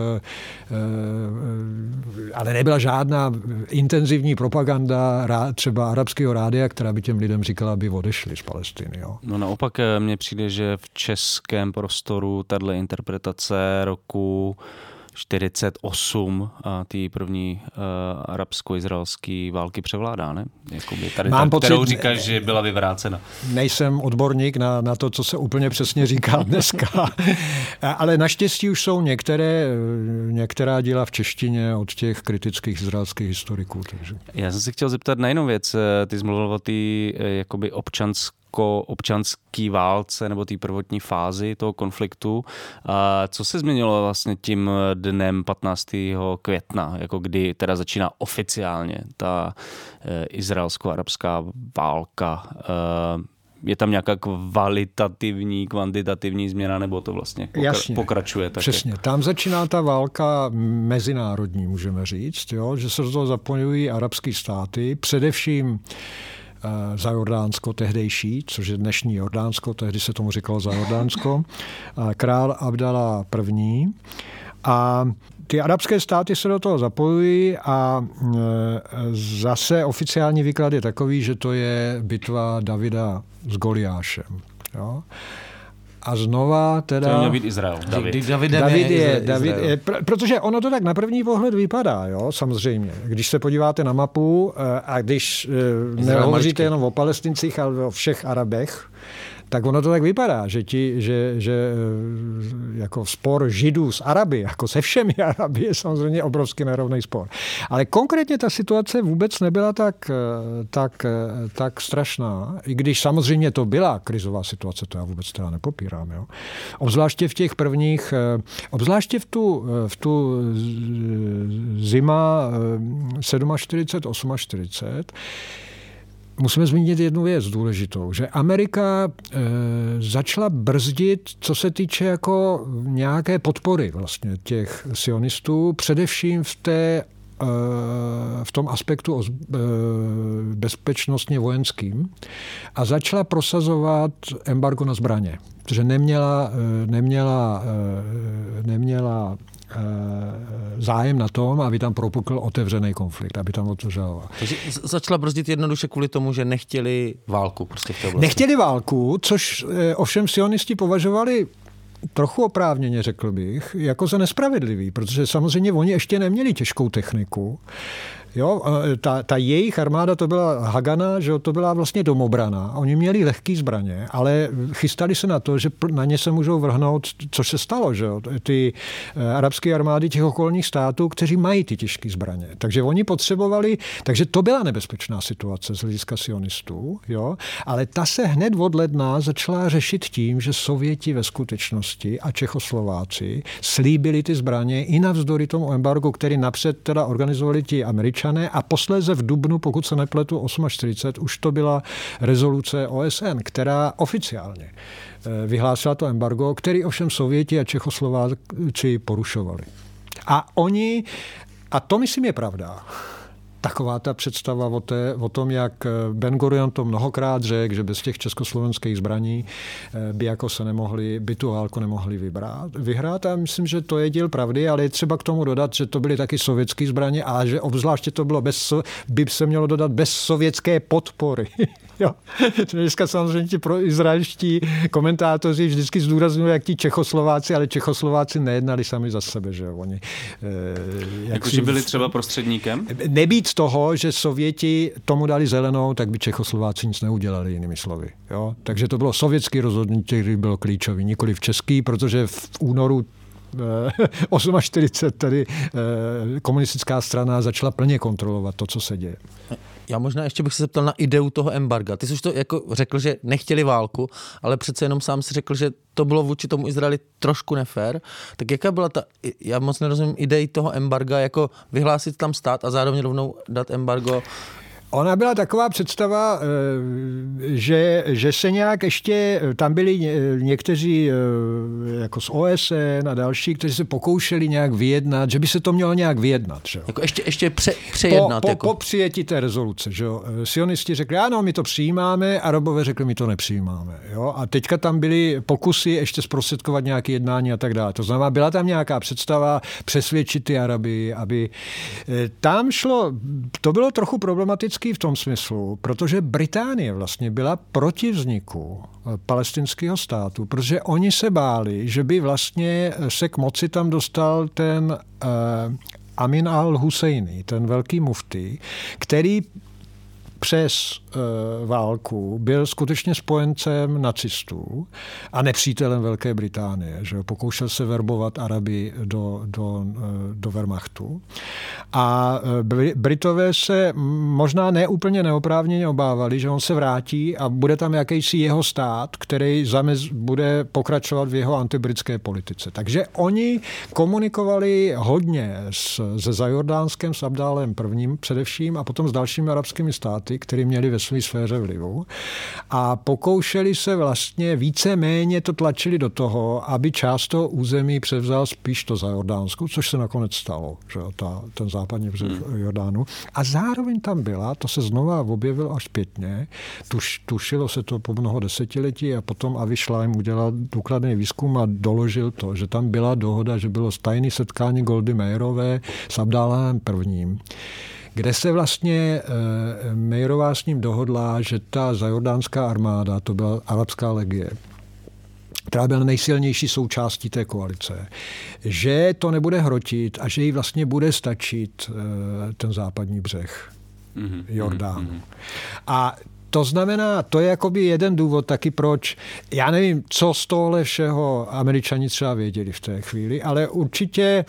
ale nebyla žádná intenzivní propaganda třeba arabského rádia, která by těm lidem říkala, aby odešli z Palestiny. Jo. No naopak mně přijde, že v českém prostoru tato interpretace roku čtyřicet osm a té první uh, arabsko-izraelské války převládá, ne? Jakoby tady Mám ta, pocit, kterou říkáš, že byla vyvrácena. Nejsem odborník na, na to, co se úplně přesně říká dneska, ale naštěstí už jsou některé, některá díla v češtině od těch kritických izraelských historiků. Takže. Já jsem se chtěl zeptat na jinou věc. Ty jsi mluvil o té jakoby občanské občanský válce nebo té prvotní fázi toho konfliktu. A co se změnilo vlastně tím dnem patnáctého května, jako kdy teda začíná oficiálně ta e, izraelsko-arabská válka? E, je tam nějaká kvalitativní, kvantitativní změna, nebo to vlastně pokra- Jasně, pokračuje? Také? Přesně. Tam začíná ta válka mezinárodní, můžeme říct, jo? Že se do toho zapojují arabské státy, především za Jordánsko tehdejší, což je dnešní Jordánsko, tehdy se tomu říkalo za Jordánsko, král Abdala I. A ty arabské státy se do toho zapojují a zase oficiální výklad je takový, že to je bitva Davida s Goliášem. Jo? A znova teda... To měl být Izrael. David. David, David je, je, David je, pr- protože ono to tak na první pohled vypadá, jo, samozřejmě. Když se podíváte na mapu a když nehovoříte jenom o Palestincích, ale o všech Arabech, tak ono to tak vypadá, že, ti, že, že jako spor Židů s Araby, jako se všemi Araby, je samozřejmě obrovský nerovný spor. Ale konkrétně ta situace vůbec nebyla tak, tak, tak strašná, i když samozřejmě to byla krizová situace, to já vůbec teda nepopírám. Jo. Obzvláště v těch prvních, obzvláště v tu, v tu zima čtyřicet sedm čtyřicet osm, musíme zmínit jednu věc důležitou, že Amerika e, začala brzdit, co se týče jako nějaké podpory vlastně těch sionistů, především v té e, v tom aspektu e, bezpečnostně vojenským a začala prosazovat embargo na zbraně, protože neměla, e, neměla, e, neměla zájem na tom, aby tam propukl otevřený konflikt, aby tam otevřela. Takže začala brzdit jednoduše kvůli tomu, že nechtěli válku. Prostě v té oblasti. Nechtěli válku, což ovšem sionisti považovali trochu oprávněně, řekl bych, jako za nespravedlivý, protože samozřejmě oni ještě neměli těžkou techniku. Jo, ta, ta jejich armáda, to byla Hagana, že to byla vlastně domobrana. Oni měli lehké zbraně, ale chystali se na to, že na ně se můžou vrhnout, což se stalo, že ty arabské armády těch okolních států, kteří mají ty těžké zbraně. Takže oni potřebovali, takže to byla nebezpečná situace z hlediska sionistů, jo, ale ta se hned od ledna začala řešit tím, že Sověti ve skutečnosti a Čechoslováci slíbili ty zbraně i navzdory tomu embargu, který napřed teda organizovali ti Američané, a posléze v dubnu, pokud se nepletu, čtyřicet osm, už to byla rezoluce O S N, která oficiálně vyhlásila to embargo, který ovšem Sověti a Čechoslováci porušovali. A oni, a to myslím je pravda, taková ta představa o, té, o tom, jak Ben Gurion to mnohokrát řekl, že bez těch československých zbraní by jako se nemohli, by tu válku nemohli vybrat, vyhrát. A myslím, že to je díl pravdy, ale je třeba k tomu dodat, že to byly taky sovětské zbraně a že obzvláště to bylo bez, by se mělo dodat bez sovětské podpory. Jo. Dneska samozřejmě ti proizraelští komentátoři vždycky zdůrazňují, jak ti Čechoslováci, ale Čechoslováci nejednali sami za sebe, že oni... Jakože byli třeba prostředníkem? Nebýt toho, že Sověti tomu dali zelenou, tak by Čechoslováci nic neudělali, jinými slovy. Jo? Takže to bylo sovětský rozhodnutí, který bylo klíčový, nikoli v český, protože v únoru čtyřicet osm tady komunistická strana začala plně kontrolovat to, co se děje. Já možná ještě bych se zeptal na ideu toho embarga. Ty jsi už to jako řekl, že nechtěli válku, ale přece jenom sám si řekl, že to bylo vůči tomu Izraeli trošku nefér. Tak jaká byla ta, já moc nerozumím idei toho embarga, jako vyhlásit tam stát a zároveň rovnou dát embargo. Ona byla taková představa, že, že se nějak ještě, tam byli někteří jako z O S N a další, kteří se pokoušeli nějak vyjednat, že by se to mělo nějak vyjednat. Že? Jako ještě, ještě pře, přejednat. Po, po, jako. po přijetí té rezoluce. Že? Sionisti řekli, ano, my to přijímáme, Arabové řekli, my to nepřijímáme. Jo? A teďka tam byly pokusy ještě zprostředkovat nějaké jednání a tak dále. To znamená, byla tam nějaká představa přesvědčit ty Araby, aby tam šlo, to bylo trochu problematické v tom smyslu, protože Británie vlastně byla proti vzniku palestinského státu, protože oni se báli, že by vlastně se k moci tam dostal ten uh, Amin al-Husseini, ten velký mufti, který přes uh, válku byl skutečně spojencem nacistů a nepřítelem Velké Británie. Že pokoušel se verbovat Araby do, do, uh, do Wehrmachtu. A uh, Britové se možná neúplně neoprávněně obávali, že on se vrátí a bude tam jakýsi jeho stát, který zamez, bude pokračovat v jeho antibritské politice. Takže oni komunikovali hodně s, se Zajordánskem, s Abdálem prvním především a potom s dalšími arabskými státy, který měli ve své sféře vlivu. A pokoušeli se vlastně víceméně to tlačili do toho, aby část toho území převzal spíš to za Jordánsku, což se nakonec stalo, že ta, ten západní břeh hmm. Jordánu. A zároveň tam byla, to se znova objevilo až zpětně, tuš, tušilo se to po mnoho desetiletí a potom Avi Schleim udělal důkladný výzkum a doložil to, že tam byla dohoda, že bylo tajné setkání Goldy Meirové s Abdálem prvním, kde se vlastně e, Meirová s ním dohodla, že ta zajordánská armáda, to byla arabská legie, která byla nejsilnější součástí té koalice, že to nebude hrotit a že jí vlastně bude stačit e, ten západní břeh mm-hmm. Jordánu. Mm-hmm. A to znamená, to je jakoby jeden důvod taky, proč, já nevím, co z tohle všeho Američani třeba věděli v té chvíli, ale určitě e,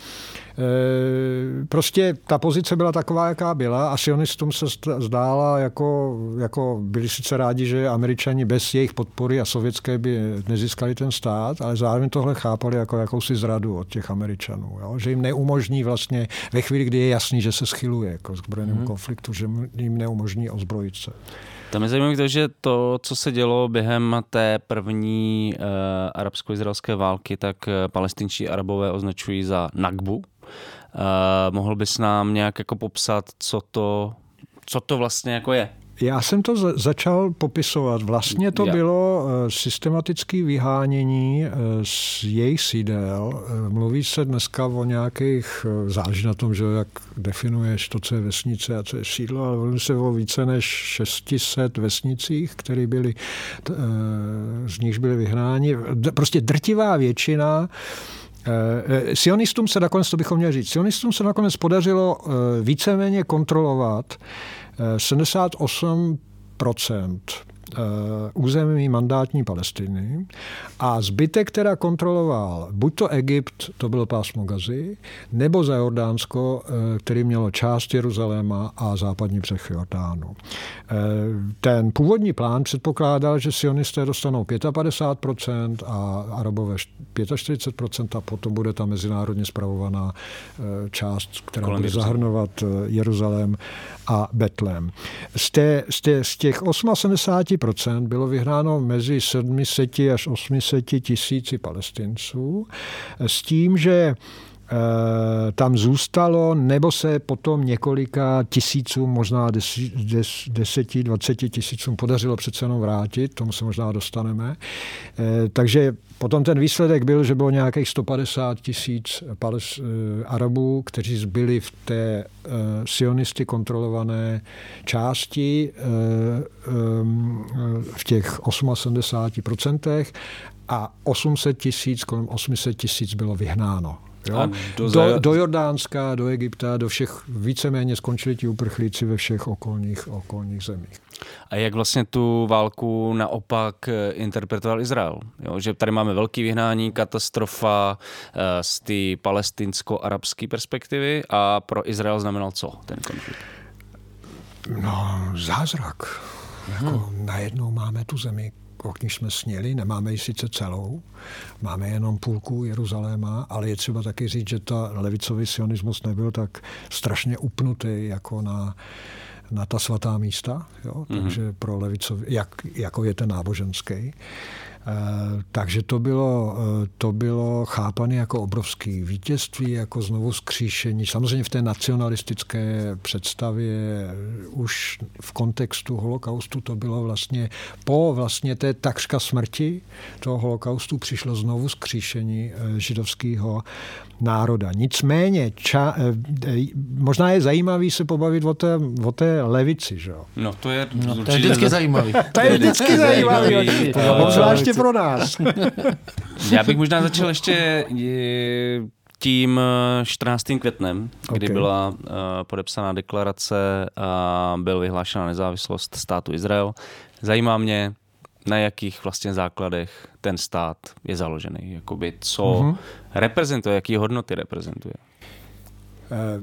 prostě ta pozice byla taková, jaká byla a sionistům se zdála, jako, jako byli sice rádi, že Američani bez jejich podpory a sovětské by nezískali ten stát, ale zároveň tohle chápali jako jakousi zradu od těch Američanů, jo? Že jim neumožní vlastně ve chvíli, kdy je jasný, že se schyluje jako k zbrojenému hmm. konfliktu, že jim neumožní ozbrojit se. Tam je zajímavé to, že to, co se dělo během té první uh, arabsko-izraelské války, tak uh, palestinští Arabové označují za Nakbu. Uh, mohl bys nám nějak jako popsat, co to, co to vlastně jako je? Já jsem to za- začal popisovat. Vlastně to Já. bylo uh, systematické vyhánění uh, z jejich sídel. Uh, mluví se dneska o nějakých, uh, záleží na tom, že jak definuješ to, co je vesnice a co je sídlo, ale mluví se o více než šest set vesnicích, které byly, uh, z nichž byly vyhnáni. D- prostě drtivá většina. Uh, sionistům se nakonec, to bychom měli říct, sionistům se nakonec podařilo uh, víceméně kontrolovat sedmdesát osm procent území mandátní Palestiny a zbytek, která kontroloval buď to Egypt, to bylo pásmo Gazy, nebo za Jordánsko, který mělo část Jeruzaléma a západní břeh Jordánu. Ten původní plán předpokládal, že sionisté dostanou padesát pět procent a Arabové čtyřicet pět procent a potom bude ta mezinárodně spravovaná část, která Kolem bude zahrnovat Jeruzalém a Betlém. Z, té, z, té, z těch sedmdesát osm procent bylo vyhnáno mezi sedm set až osm set tisíci Palestinců s tím, že tam zůstalo, nebo se potom několika tisícům, možná des, des, deseti, dvaceti tisícům podařilo přece jenom vrátit, tomu se možná dostaneme. Takže potom ten výsledek byl, že bylo nějakých sto padesát tisíc Arabů, kteří zbyli v té sionisty kontrolované části v těch sedmdesát osm procent a osm set tisíc, kolem osm set tisíc bylo vyhnáno. Jo? Do, do, do Jordánska, do Egypta, do všech, víceméně skončili ti uprchlíci ve všech okolních, okolních zemích. A jak vlastně tu válku naopak interpretoval Izrael? Jo? Že tady máme velký vyhnání, katastrofa z té palestinsko-arabské perspektivy a pro Izrael znamenal co ten konflikt? No, zázrak. Hmm. Jako najednou máme tu zemi, o níž jsme sněli, nemáme ji sice celou, máme jenom půlku Jeruzaléma, ale je třeba taky říct, že ta levicový sionismus nebyl tak strašně upnutý jako na, na ta svatá místa, jo? Mm-hmm. Takže pro levicový, jak, jako je ten náboženský. Uh, takže to bylo, uh, to bylo chápané jako obrovské vítězství, jako znovu vzkříšení. Samozřejmě v té nacionalistické představě uh, už v kontextu holokaustu to bylo vlastně po vlastně té takřka smrti toho holokaustu přišlo znovu vzkříšení uh, židovského národa. Nicméně, ča, uh, možná je zajímavý se pobavit o té, o té levici, že jo? No to je, no, to je vždycky zajímavý. To je vždycky zajímavý. Obzvláště pro nás. Já bych možná začal ještě tím čtrnáctým květnem, kdy okay. byla uh, podepsána deklarace a byl vyhlášena nezávislost státu Izrael. Zajímá mě, na jakých vlastně základech ten stát je založený. Jakoby co mm-hmm. reprezentuje, jaký hodnoty reprezentuje. Uh.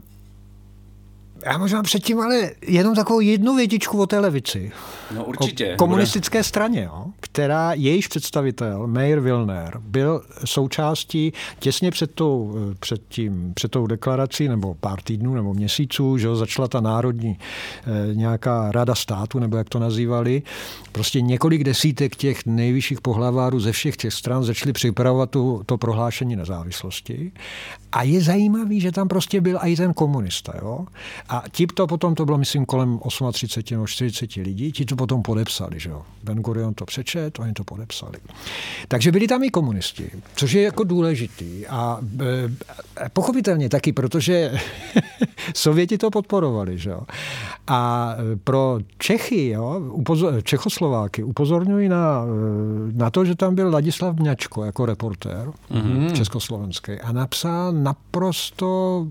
Já možná předtím, ale jenom takovou jednu větičku o té levici. No určitě. O komunistické bude. straně, jo, která jejíž představitel, Meir Wilner, byl součástí těsně před tou, před tím, před tou deklarací, nebo pár týdnů, nebo měsíců, že jo, začala ta národní eh, nějaká rada státu, nebo jak to nazývali. Prostě několik desítek těch nejvyšších pohlavárů ze všech těch stran začali připravovat tu, to prohlášení nezávislosti. A je zajímavý, že tam prostě byl i ten komunista, jo. A ti to potom, to bylo myslím kolem třicet osm nebo čtyřicet lidí, ti to potom podepsali, že jo. Ben Gurion to přečet, oni to podepsali. Takže byli tam i komunisti, což je jako důležitý. A e, pochopitelně taky, protože Sověti to podporovali, že jo. A pro Čechy, jo, upozor, Čechoslováky upozorňují na, na to, že tam byl Ladislav Mňačko jako reportér mm-hmm. československý a napsal naprosto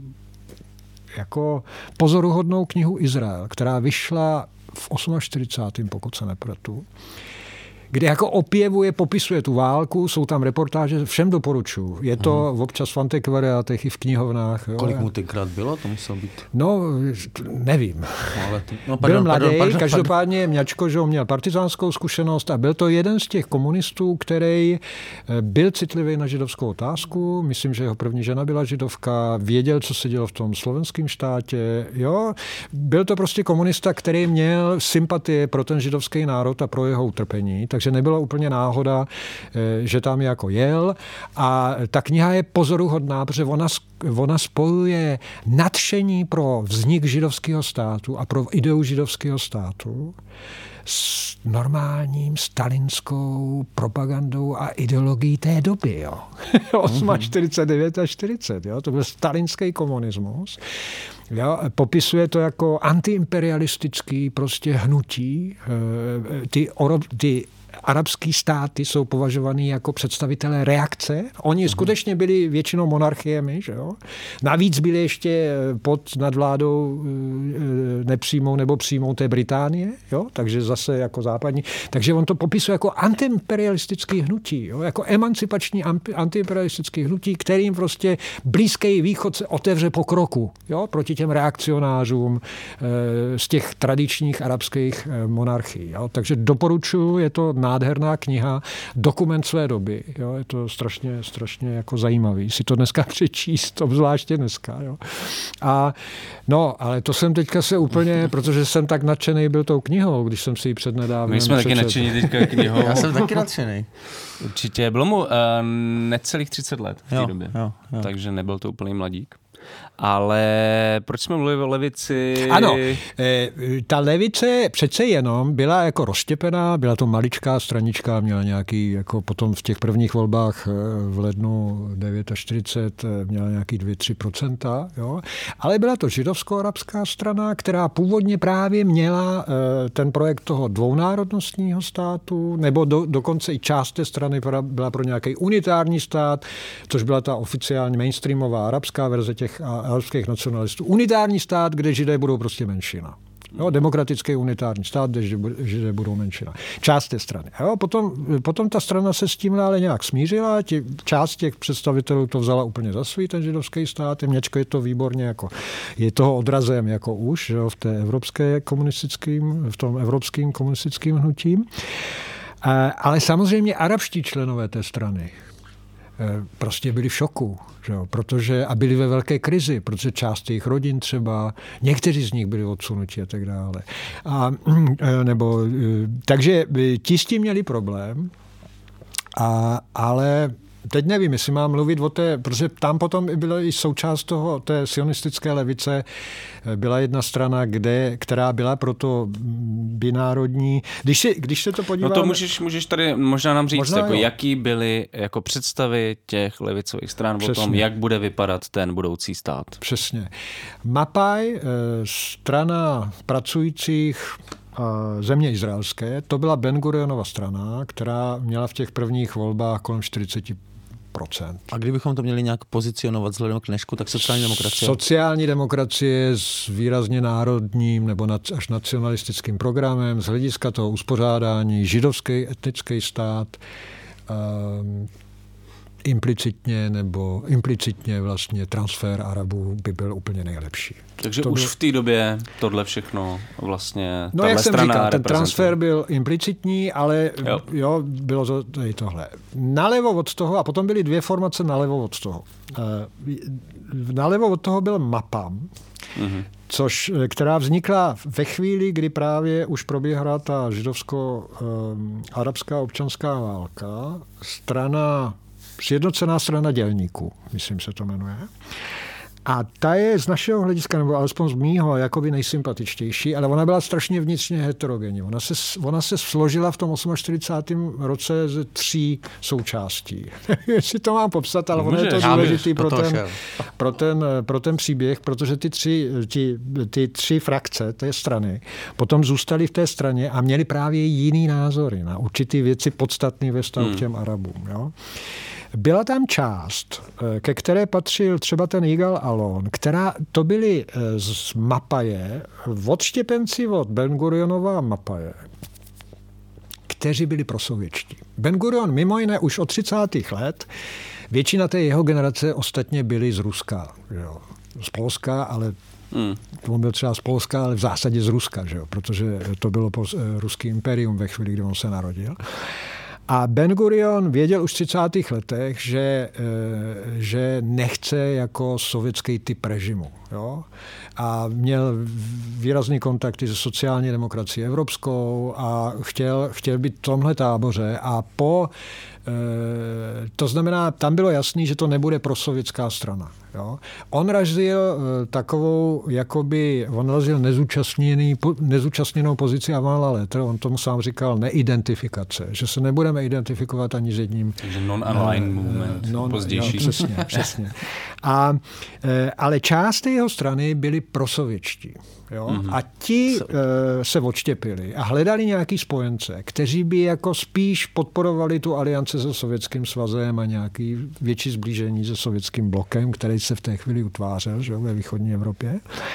jako pozoruhodnou knihu Izrael, která vyšla v čtyřicátém osmém pokud se nepletu, kde jako opěvuje, popisuje tu válku, jsou tam reportáže, všem doporučuji. Je to hmm. občas v antikvariátech i v knihovnách. Jo. Kolik mu tenkrát bylo? To muselo být... No, nevím. No, ale ty... no, pardon, byl mladý, pardon, pardon, každopádně Mňačko, že měl partizánskou zkušenost a byl to jeden z těch komunistů, který byl citlivý na židovskou otázku. Myslím, že jeho první žena byla židovka, věděl, co se dělo v tom slovenském státě. Jo. Byl to prostě komunista, který měl sympatie pro ten židovský národ a pro jeho utrpení, takže nebyla úplně náhoda, že tam jako jel. A ta kniha je pozoruhodná, protože ona, ona spojuje nadšení pro vznik židovského státu a pro ideu židovského státu s normálním stalinskou propagandou a ideologií té doby. Jo. čtyřicet osm, devět a čtyřicet. Jo. To byl stalinský komunismus. Jo. Popisuje to jako antiimperialistický prostě hnutí. Ty, ty arabský státy jsou považovaný jako představitelé reakce. Oni uh-huh. skutečně byli většinou monarchiemi, že jo? Navíc byli ještě pod nadvládou nepřímou nebo přímou té Británie, jo? Takže zase jako západní. Takže on to popisuje jako antiimperialistický hnutí, jo? Jako emancipační antiimperialistický hnutí, kterým prostě Blízký východ se otevře po kroku, jo? Proti těm reakcionářům z těch tradičních arabských monarchií. Jo? Takže doporučuji, je to nádherná kniha, dokument své doby. Jo? Je to strašně, strašně jako zajímavý. Si to dneska přečíst, obzvláště dneska. Jo? A no, ale to jsem teďka se úplně, protože jsem tak nadšený byl tou knihou, když jsem si ji přednedávnem My jsme taky nadšení teďka knihu. Já jsem taky nadšený. Určitě. Bylo mu uh, necelých třicet let v té jo, době, jo, jo. takže nebyl to úplný mladík. Ale proč jsme mluvili o levici? Ano, ta levice přece jenom byla jako rozštěpená, byla to maličká stranička, měla nějaký, jako potom v těch prvních volbách v lednu čtyřicet devět měla nějaký dvě až tři procenta, jo? Ale byla to židovsko-arabská strana, která původně právě měla ten projekt toho dvounárodnostního státu, nebo do, dokonce i část té strany byla pro nějaký unitární stát, což byla ta oficiální mainstreamová arabská verze těch a arabských nacionalistů. Unitární stát, kde Židé budou prostě menšina. Jo, demokratický unitární stát, kde Židé budou menšina. Část té strany. Jo, potom, potom ta strana se s tím ale nějak smířila, tí, část těch představitelů to vzala úplně za svý, ten židovský stát. Měčko je to výborně, jako, je toho odrazem jako už jo, v té evropské komunistickým, v tom evropským komunistickým hnutím. Ale samozřejmě arabští členové té strany prostě byli v šoku, že jo? Protože, a byli ve velké krizi, protože část jejich rodin třeba, někteří z nich byli odsunutí a tak dále. A, nebo, takže ti s tím měli problém, a, ale teď nevím, jestli mám mluvit o té, protože tam potom byla i součást toho, té sionistické levice, byla jedna strana, kde, která byla proto binárodní. Když, si, když se to podíváme... No to můžeš, můžeš tady možná nám říct, možná jako, jo. jaký byly jako představy těch levicových stran o tom, jak bude vypadat ten budoucí stát. Přesně. Mapaj, strana pracujících země izraelské, to byla Ben-Gurionova strana, která měla v těch prvních volbách kolem čtyřicet procent. A kdybychom to měli nějak pozicionovat vzhledem k dnešku, tak sociální demokracie? Sociální demokracie s výrazně národním nebo až nacionalistickým programem, z hlediska toho uspořádání, židovský etnický stát, um, implicitně nebo implicitně vlastně transfer Arabů by byl úplně nejlepší. Takže to už byl... v té době tohle všechno vlastně no jak jsem říkal, ten reprezentuje. transfer byl implicitní, ale jo, jo bylo to tady tohle. Nalevo od toho, a potom byly dvě formace nalevo od toho. Nalevo od toho byl Mapam, mm-hmm. což, která vznikla ve chvíli, kdy právě už probíhala ta židovsko-arabská občanská válka, strana Sjednocená strana dělníků, myslím se to jmenuje. A ta je z našeho hlediska, nebo alespoň z mýho, jakoby nejsympatičtější, ale ona byla strašně vnitřně heterogenní. Ona se, ona se složila v tom čtyřicátém osmém roce ze tří součástí. Jestli to mám popsat, ale ono je to důležitý pro ten, pro, ten, pro ten příběh, protože ty tři, ty, ty tři frakce té strany potom zůstaly v té straně a měly právě jiný názory na určitý věci podstatné ve vztahu hmm. k těm Arabům. Jo? Byla tam část, ke které patřil třeba ten Yigal Allon, která to byly z Mapaje, odštěpenci od Ben-Gurionova a Mapaje, kteří byli prosovětští. Ben-Gurion mimo jiné už od třicátých let, většina té jeho generace ostatně byli z Ruska, jo. Z Polska, ale hmm. on byl třeba z Polska, ale v zásadě z Ruska, že jo, protože to bylo ruský imperium ve chvíli, kdy on se narodil. A Ben-Gurion věděl už v třicátých letech, že, že nechce jako sovětský typ režimu. Jo? A měl výrazný kontakty se sociální demokracií evropskou a chtěl, chtěl být v tomhle táboře. A po, to znamená, tam bylo jasný, že to nebude prosovětská strana. Jo? On razil takovou, jakoby, on razil nezúčastněný, nezúčastněnou pozici avant la lettre, on tomu sám říkal neidentifikace, že se nebudeme identifikovat ani s jedním. Takže non-aligned uh, movement, non, pozdější. Jo, přesně, přesně. A, ale část jeho strany byli prosovětští. Jo? Mm-hmm. A ti uh, se odštěpili a hledali nějaký spojence, kteří by jako spíš podporovali tu alianci se Sovětským svazem a nějaký větší zblížení se sovětským blokem, který se v té chvíli utvářel, že, ve východní Evropě.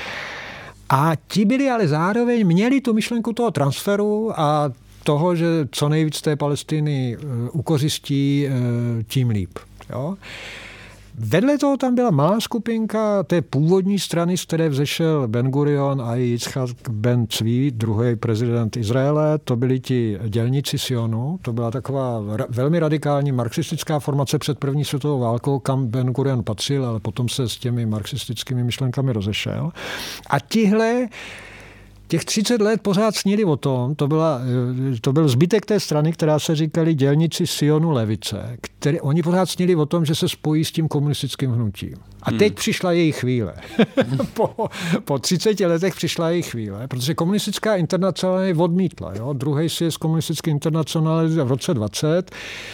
A ti byli ale zároveň, měli tu myšlenku toho transferu a toho, že co nejvíc té Palestiny ukořistí, tím líp. Jo? Vedle toho tam byla malá skupinka té původní strany, z které vzešel Ben-Gurion a Yitzhak Ben Cvi, druhý prezident Izraele. To byli ti dělníci Sionu. To byla taková ra- velmi radikální marxistická formace před první světovou válkou, kam Ben-Gurion patřil, ale potom se s těmi marxistickými myšlenkami rozešel. A tihle těch třicet let pořád snili o tom, to, byla, to byl zbytek té strany, která se říkali dělníci Sionu levice, který, oni pořád snili o tom, že se spojí s tím komunistickým hnutím. A teď hmm. přišla jejich chvíle. po, po třiceti letech přišla jejich chvíle, protože komunistická internacionála je odmítla. Jo? Druhý sjezd komunistický internacionály v roce dvacet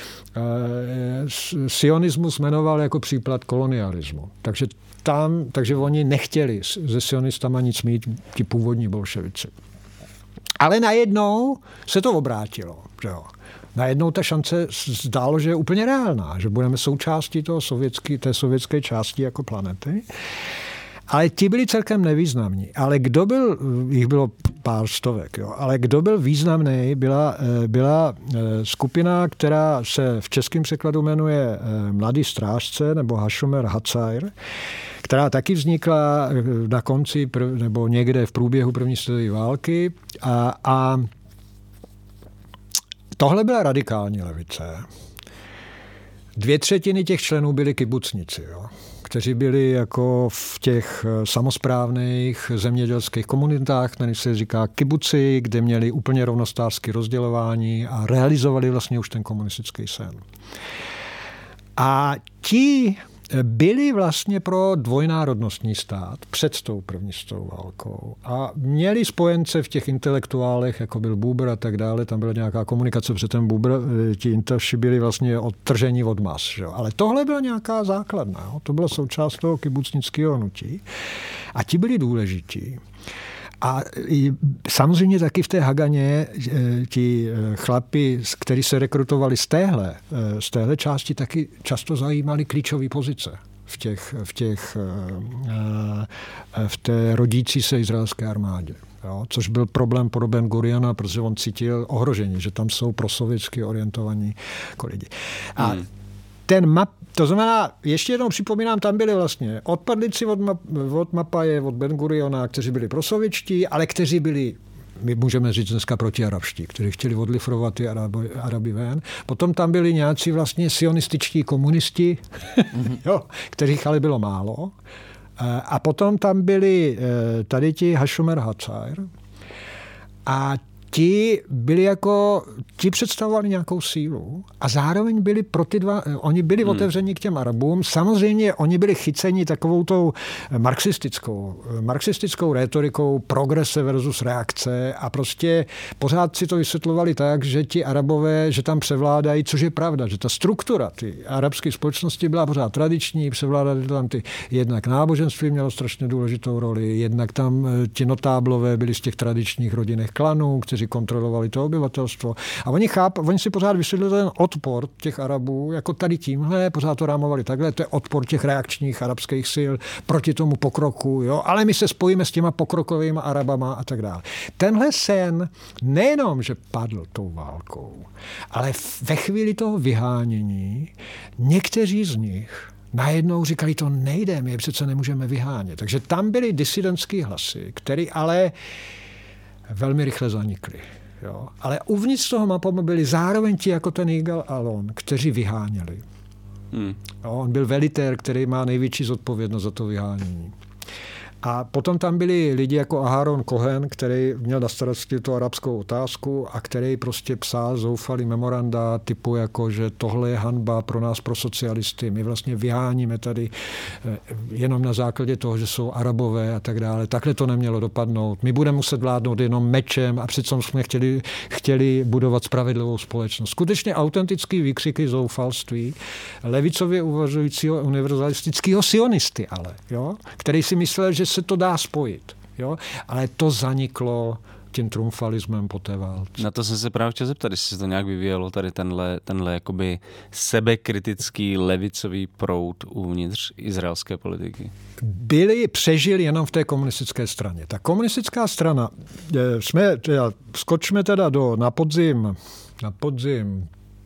sionismus jmenoval jako příklad kolonialismu. Takže tam, takže oni nechtěli se sionistama nic mít, ti původní bolševici. Ale najednou se to obrátilo. Že jo. Najednou ta šance zdálo, že je úplně reálná, že budeme součástí toho sovětský, té sovětské části jako planety. Ale ti byli celkem nevýznamní. Ale kdo byl, jich bylo pár stovek, jo, ale kdo byl významný, byla, byla skupina, která se v českém překladu jmenuje Mladí strážce nebo Hashomer Hatzair, která taky vznikla na konci prv, nebo někde v průběhu první světové války. A, a tohle byla radikální levice. Dvě třetiny těch členů byli kibucníci, jo, kteří byli jako v těch samosprávných zemědělských komunitách, který se říká kibuci, kde měli úplně rovnostářské rozdělování a realizovali vlastně už ten komunistický sen. A ti byli vlastně pro dvojnárodnostní stát před tou první světovou válkou a měli spojence v těch intelektuálech, jako byl Buber a tak dále, tam byla nějaká komunikace, protože ten Buber, ti intelši byli vlastně odtržení od mas. Že? Ale tohle byla nějaká základna, jo? To byla součást toho kibucnického hnutí a ti byli důležití. A samozřejmě taky v té Haganě ti chlapi, kteří se rekrutovali z téhle, z téhle části, taky často zajímali klíčové pozice v, těch, v, těch, v té rodící se izraelské armádě. Jo, což byl problém pro Ben Guriona, protože on cítil ohrožení, že tam jsou prosovětsky orientovaní jako lidi. A hmm. ten map, to znamená, ještě jednou připomínám, tam byli vlastně odpadlici od, map, od Mapaje, od Ben Guriona, kteří byli prosovětští, ale kteří byli, my můžeme říct dneska protiarabští, kteří chtěli odlifrovat ty Araby, Araby ven. Potom tam byli nějací vlastně sionističtí komunisti, mm-hmm. jo, kterých ale bylo málo. A potom tam byli tady ti Hashomer Hatzair a ti byli jako, ti představovali nějakou sílu a zároveň byli pro ty dva, oni byli hmm. otevření k těm Arabům. Samozřejmě oni byli chyceni takovou tou marxistickou, marxistickou rétorikou progrese versus reakce a prostě pořád si to vysvětlovali tak, že ti Arabové, že tam převládají, což je pravda, že ta struktura ty arabské společnosti byla pořád tradiční, převládaly tam ty, jednak náboženství mělo strašně důležitou roli, jednak tam ti notáblové byli z těch tradičních rodinných klanů, kteří kontrolovali to obyvatelstvo. A oni cháp, oni si pořád vysvětlili ten odpor těch Arabů, jako tady tímhle, pořád to rámovali takhle, to je odpor těch reakčních arabských sil proti tomu pokroku, jo, ale my se spojíme s těma pokrokovými Arabama a tak dále. Tenhle sen nejenom, že padl tou válkou, ale ve chvíli toho vyhánění někteří z nich najednou říkali, to nejde, my přece nemůžeme vyhánět. Takže tam byly disidentský hlasy, které ale velmi rychle zanikly. Jo. Ale uvnitř toho mapu byli zároveň ti jako ten Yigal Allon, kteří vyháněli. Hmm. Jo, on byl velitér, který má největší zodpovědnost za to vyhánění. A potom tam byli lidi jako Aharon Cohen, který měl na starosti tu arabskou otázku a který prostě psal zoufalý memoranda typu jako, že tohle je hanba pro nás, pro socialisty. My vlastně vyháníme tady jenom na základě toho, že jsou Arabové a tak dále. Takhle to nemělo dopadnout. My budeme muset vládnout jenom mečem a přitom jsme chtěli, chtěli budovat spravedlivou společnost. Skutečně autentický výkřiky zoufalství levicově uvažujícího univerzalistického sionisty ale, jo? Který si myslel, že se to dá spojit. Jo? Ale to zaniklo tím triumfalismem po té válce. Na to jsem se právě chtěl zeptat, jestli se to nějak vyvíjelo, tady tenhle, tenhle jakoby sebekritický levicový proud uvnitř izraelské politiky. Byli, přežili jenom v té komunistické straně. Ta komunistická strana, jsme, teda, skočme teda do, na podzim, na podzim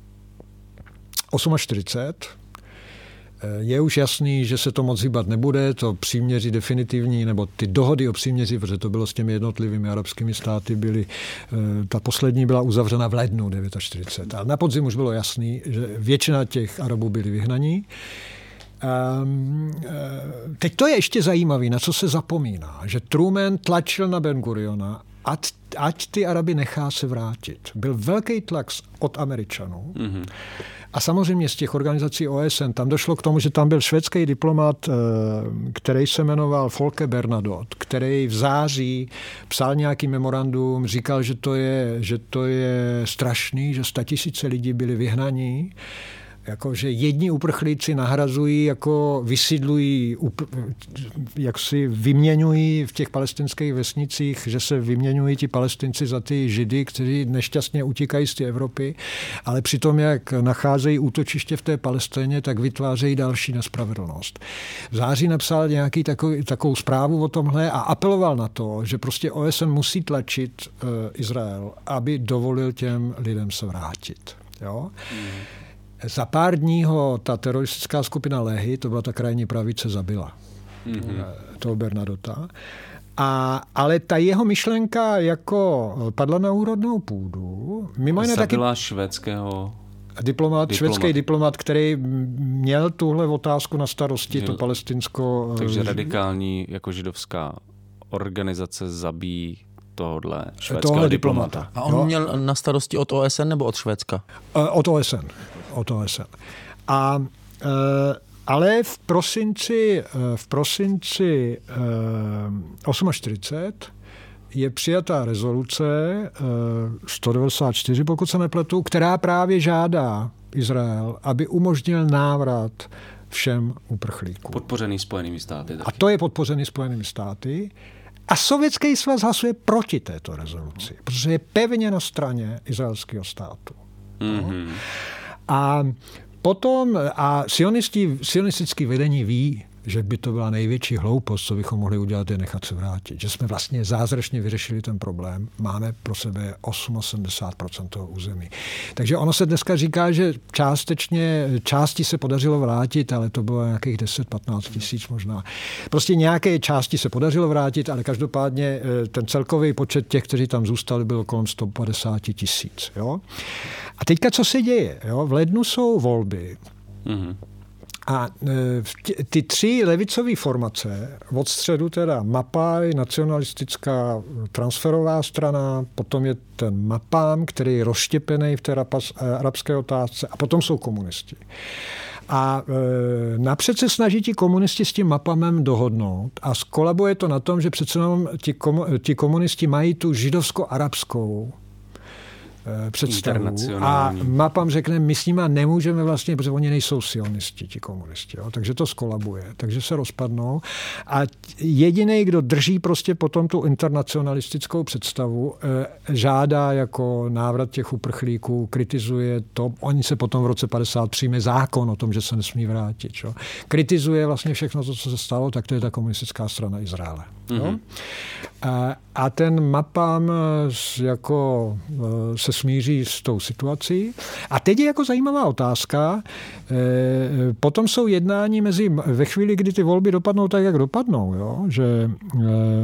čtyřicet osm, je už jasný, že se to moc hýbat nebude, to příměří definitivní, nebo ty dohody o příměří, protože to bylo s těmi jednotlivými arabskými státy, byly, ta poslední byla uzavřena v lednu čtyřicet devět. Ale na podzim už bylo jasný, že většina těch Arabů byli vyhnaní. Um, teď to je ještě zajímavé, na co se zapomíná, že Truman tlačil na Ben Guriona, ať, ať ty Araby nechá se vrátit. Byl velký tlak od Američanů. Mm-hmm. A samozřejmě z těch organizací O S N tam došlo k tomu, že tam byl švédský diplomat, který se jmenoval Folke Bernadotte, který v září psal nějaký memorandum, říkal, že to je, že to je strašný, že statisíce lidí byli vyhnaní, jako, že jedni uprchlíci nahrazují, jako vysídlují, jak si vyměňují v těch palestinských vesnicích, že se vyměňují ti Palestinci za ty Židy, kteří nešťastně utíkají z té Evropy, ale přitom, jak nacházejí útočiště v té Palestině, tak vytvářejí další nespravedlnost. V září napsal nějaký takový, takovou zprávu o tomhle a apeloval na to, že prostě O S N musí tlačit uh, Izrael, aby dovolil těm lidem se vrátit. Jo? Mm. Za pár dní ho ta teroristická skupina Lehi, to byla ta krajní pravice, zabila. Mm-hmm. Toho Bernadota. A, ale ta jeho myšlenka jako padla na úrodnou půdu. Mimo jiné zabila taky švédského diplomat, diplomat, švédský diplomat, který měl tuhle otázku na starosti, měl, to palestinsko... Takže radikální jako židovská organizace zabíjí tohohle švédského diplomata. diplomata. A on jo? měl na starosti od O S N nebo od Švédska? Od O S N. Od O S N. A, ale v prosinci, v prosinci čtyřicet osm je přijatá rezoluce sto devadesát čtyři, pokud se nepletu, která právě žádá Izrael, aby umožnil návrat všem uprchlíkům. Podpořený Spojenými státy. Taky. A to je podpořený Spojenými státy. A Sovětský svaz hlasuje proti této rezoluci, protože je pevně na straně izraelského státu. Mm-hmm. A potom, a sionisti, sionistické vedení ví, že by to byla největší hloupost, co bychom mohli udělat, je nechat se vrátit. Že jsme vlastně zázračně vyřešili ten problém. Máme pro sebe osmdesát osm procent toho území. Takže ono se dneska říká, že částečně, části se podařilo vrátit, ale to bylo nějakých deset patnáct tisíc možná. Prostě nějaké části se podařilo vrátit, ale každopádně ten celkový počet těch, kteří tam zůstali, byl kolem sto padesát tisíc. Jo? A teďka co se děje? Jo? V lednu jsou volby. Mm-hmm. A ty tři levicové formace, od středu teda Mapaj, nacionalistická transferová strana, potom je ten Mapam, který je rozštěpený v té arabské otázce, a potom jsou komunisti. A e, napřed se snaží ti komunisti s tím Mapamem dohodnout a skolabuje to na tom, že přece jenom ti, komu, ti komunisti mají tu židovsko-arabskou představu. A Mapam řekne, my s nima nemůžeme vlastně, protože oni nejsou sionisti, ti komunisti. Jo? Takže to skolabuje. Takže se rozpadnou. A jediný, kdo drží prostě potom tu internacionalistickou představu, žádá jako návrat těch uprchlíků, kritizuje to. Oni se potom v roce padesát přijme zákon o tom, že se nesmí vrátit. Jo? Kritizuje vlastně všechno to, co se stalo, tak to je ta komunistická strana Izraele. Mm-hmm. Jo? A, a ten Mapam jako se smíří s tou situací. A teď je jako zajímavá otázka. E, potom jsou jednání mezi, ve chvíli, kdy ty volby dopadnou tak, jak dopadnou, jo? Že e,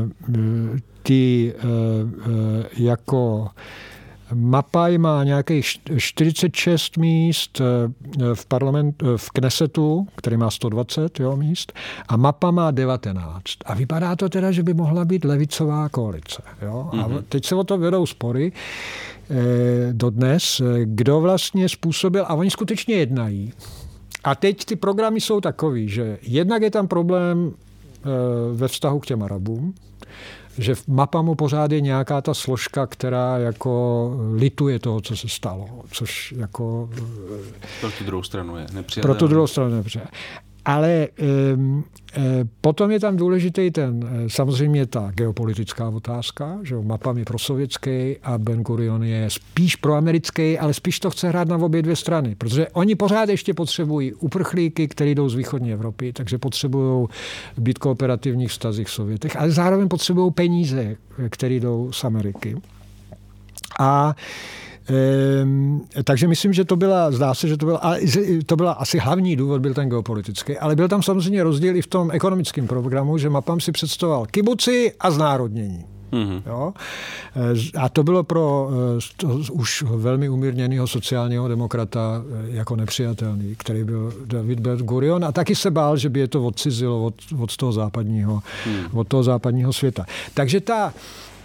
ty e, jako Mapaj má nějakých čtyřicet šest míst v parlamentu, v Knesetu, který má sto dvacet jo, míst, a Mapa má devatenáct. A vypadá to teda, že by mohla být levicová koalice. Jo? Mm-hmm. A teď se o to vedou spory eh, dodnes, kdo vlastně způsobil, a oni skutečně jednají. A teď ty programy jsou takový, že jednak je tam problém eh, ve vztahu k těm Arabům, že v Mapamu pořád je nějaká ta složka, která jako lituje toho, co se stalo, což jako... Pro tu druhou stranu je nepřijatelné. Pro tu druhou stranu je nepřijatelné. Ale e, e, potom je tam důležitý ten, samozřejmě ta geopolitická otázka, že Mapam je prosovětský a Ben Gurion je spíš proamerický, ale spíš to chce hrát na obě dvě strany, protože oni pořád ještě potřebují uprchlíky, který jdou z východní Evropy, takže potřebují být kooperativních vztazích v Sovětech, ale zároveň potřebují peníze, které jdou z Ameriky. A Ehm, takže myslím, že to byla, zdá se, že to byla, to byla asi hlavní důvod, byl ten geopolitický, ale byl tam samozřejmě rozdíl i v tom ekonomickém programu, že Mapam si představoval kibuci a znárodnění. Mm-hmm. Jo? A to bylo pro to už velmi umírněného sociálního demokrata jako nepřijatelný, který byl David Ben-Gurion, a taky se bál, že by je to odcizilo od, od toho západního, mm. od toho západního světa. Takže ta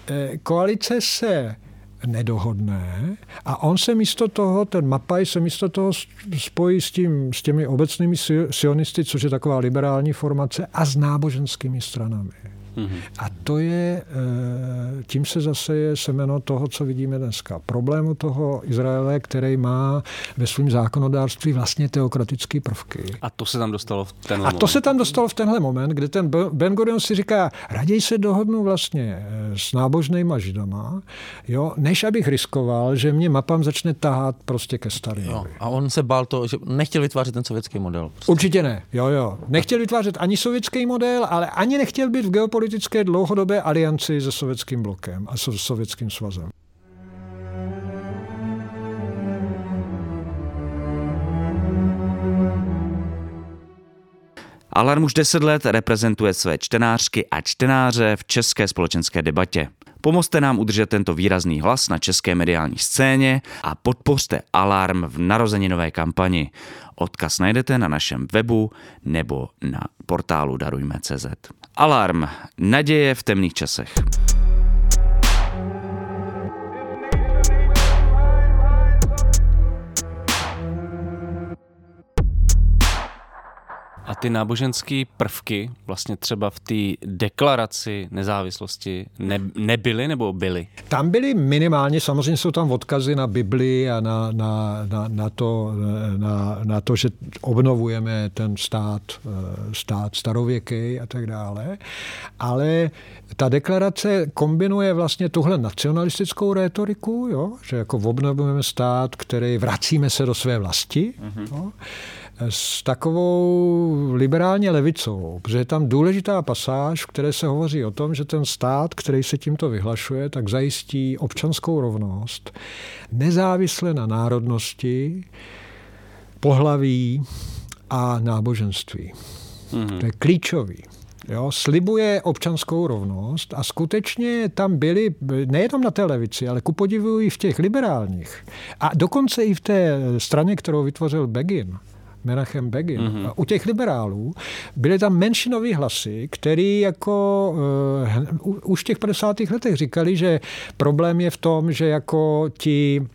koalice se nedohodne a on se místo toho, ten Mapaj se místo toho spojí s, tím, s těmi obecnými sionisty, což je taková liberální formace, a s náboženskými stranami. Mm-hmm. A to je, tím se zase je semeno toho, co vidíme dneska. Problému toho Izraele, který má ve svém zákonodárství vlastně teokratické prvky. A to se tam dostalo v tenhle A moment. to se tam dostalo v tenhle moment, kde ten Ben Gurion si říká, raději se dohodnu vlastně s nábožnýma židama, jo, než abych riskoval, že mě Mapam začne tahat prostě ke Stalinovi. A on se bál to, že nechtěl vytvářet ten sovětský model. Prostě. Určitě ne, jo, jo. Nechtěl vytvářet ani sovětský model, ale ani nechtěl být v geopolitické dlouhodobé alianci se sovětským blokem a se sovětským svazem. Alarm už deset let reprezentuje své čtenářky a čtenáře v české společenské debatě. Pomozte nám udržet tento výrazný hlas na české mediální scéně a podpořte Alarm v narozeninové kampani. Odkaz najdete na našem webu nebo na portálu darujme tečka cé zet. Alarm. Naděje v temných časech. A ty náboženské prvky vlastně třeba v té deklaraci nezávislosti ne, nebyly nebo byly? Tam byly minimálně, samozřejmě jsou tam odkazy na Bibli a na, na, na, na, to, na, na to, že obnovujeme ten stát, stát starověký a tak dále, ale ta deklarace kombinuje vlastně tuhle nacionalistickou rétoriku, jo? Že jako obnovujeme stát, který vracíme se do své vlasti, mm-hmm. jo? S takovou liberálně levicovou, protože je tam důležitá pasáž, v které se hovoří o tom, že ten stát, který se tímto vyhlašuje, tak zajistí občanskou rovnost, nezávisle na národnosti, pohlaví a náboženství. Mm-hmm. To je klíčový. Jo, slibuje občanskou rovnost a skutečně tam byli, nejenom na té levici, ale ku podivu i v těch liberálních. A dokonce i v té straně, kterou vytvořil Begin, Menachem Begin. Mm-hmm. U těch liberálů byly tam menšinové hlasy, který jako uh, už v těch padesátých letech říkali, že problém je v tom, že jako ti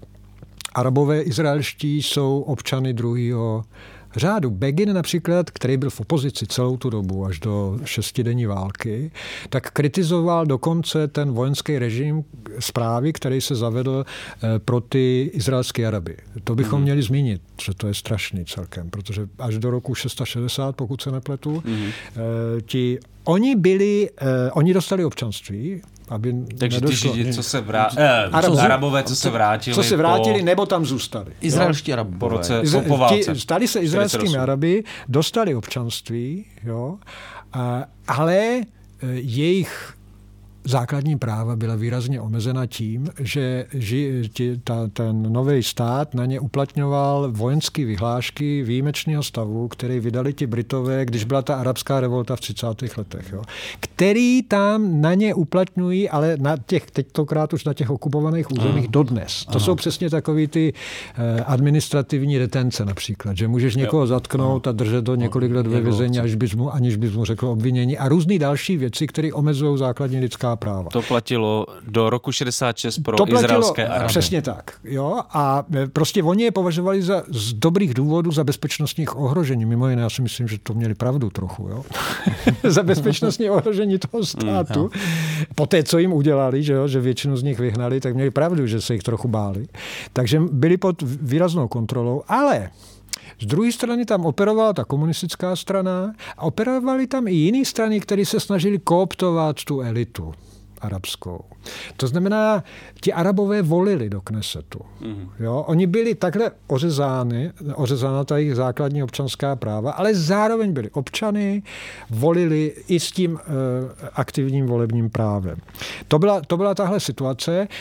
Arabové izraelští jsou občany druhého řádu. Begin například, který byl v opozici celou tu dobu až do šestidenní války, tak kritizoval dokonce ten vojenský režim správy, který se zavedl pro ty izraelské Araby. To bychom mm. měli zmínit, že to je strašný celkem, protože až do roku šedesát šest, pokud se nepletu, mm. ti Oni byli, eh, oni dostali občanství, aby takže nedošlo, ty Židi, co se vrátili, eh, Arabové, Arabové, co se vrátili, co se vrátili po, nebo tam zůstali. Izraelští Arabové. Po roce, Izra- po, po válce. Ti, stali se izraelskými Araby, dostali občanství, jo, a, ale jejich základní práva byla výrazně omezena tím, že ži, ti, ta, ten nový stát na ně uplatňoval vojenské vyhlášky výjimečného stavu, který vydali ti Britové, když byla ta arabská revolta v třicátých letech. Jo. Který tam na ně uplatňují, ale na těch, teď tokrát už na těch okupovaných územích mm. dodnes. To Aha. jsou přesně takový ty eh, administrativní retence například, že můžeš někoho zatknout a držet do několik let ve vězení, až bys mu, aniž bys mu řekl obvinění a různý další věci, které omezují základní lidská práva. To platilo do roku šedesát šest pro to platilo, izraelské Araby. Přesně tak. Jo? A prostě oni je považovali za, z dobrých důvodů za bezpečnostních ohrožení. Mimo jiné, já si myslím, že to měli pravdu trochu. Jo? za bezpečnostní ohrožení toho státu. Mm, po té, co jim udělali, že, jo? Že většinu z nich vyhnali, tak měli pravdu, že se jich trochu báli. Takže byli pod výraznou kontrolou, ale z druhé strany tam operovala ta komunistická strana a operovaly tam i jiné strany, které se snažili kooptovat tu elitu arabskou. To znamená, ti Arabové volili do Knesetu. Mm. Jo? Oni byli takhle ořezány, ořezána ta jejich základní občanská práva, ale zároveň byli občany, volili i s tím uh, aktivním volebním právem. To byla, to byla tahle situace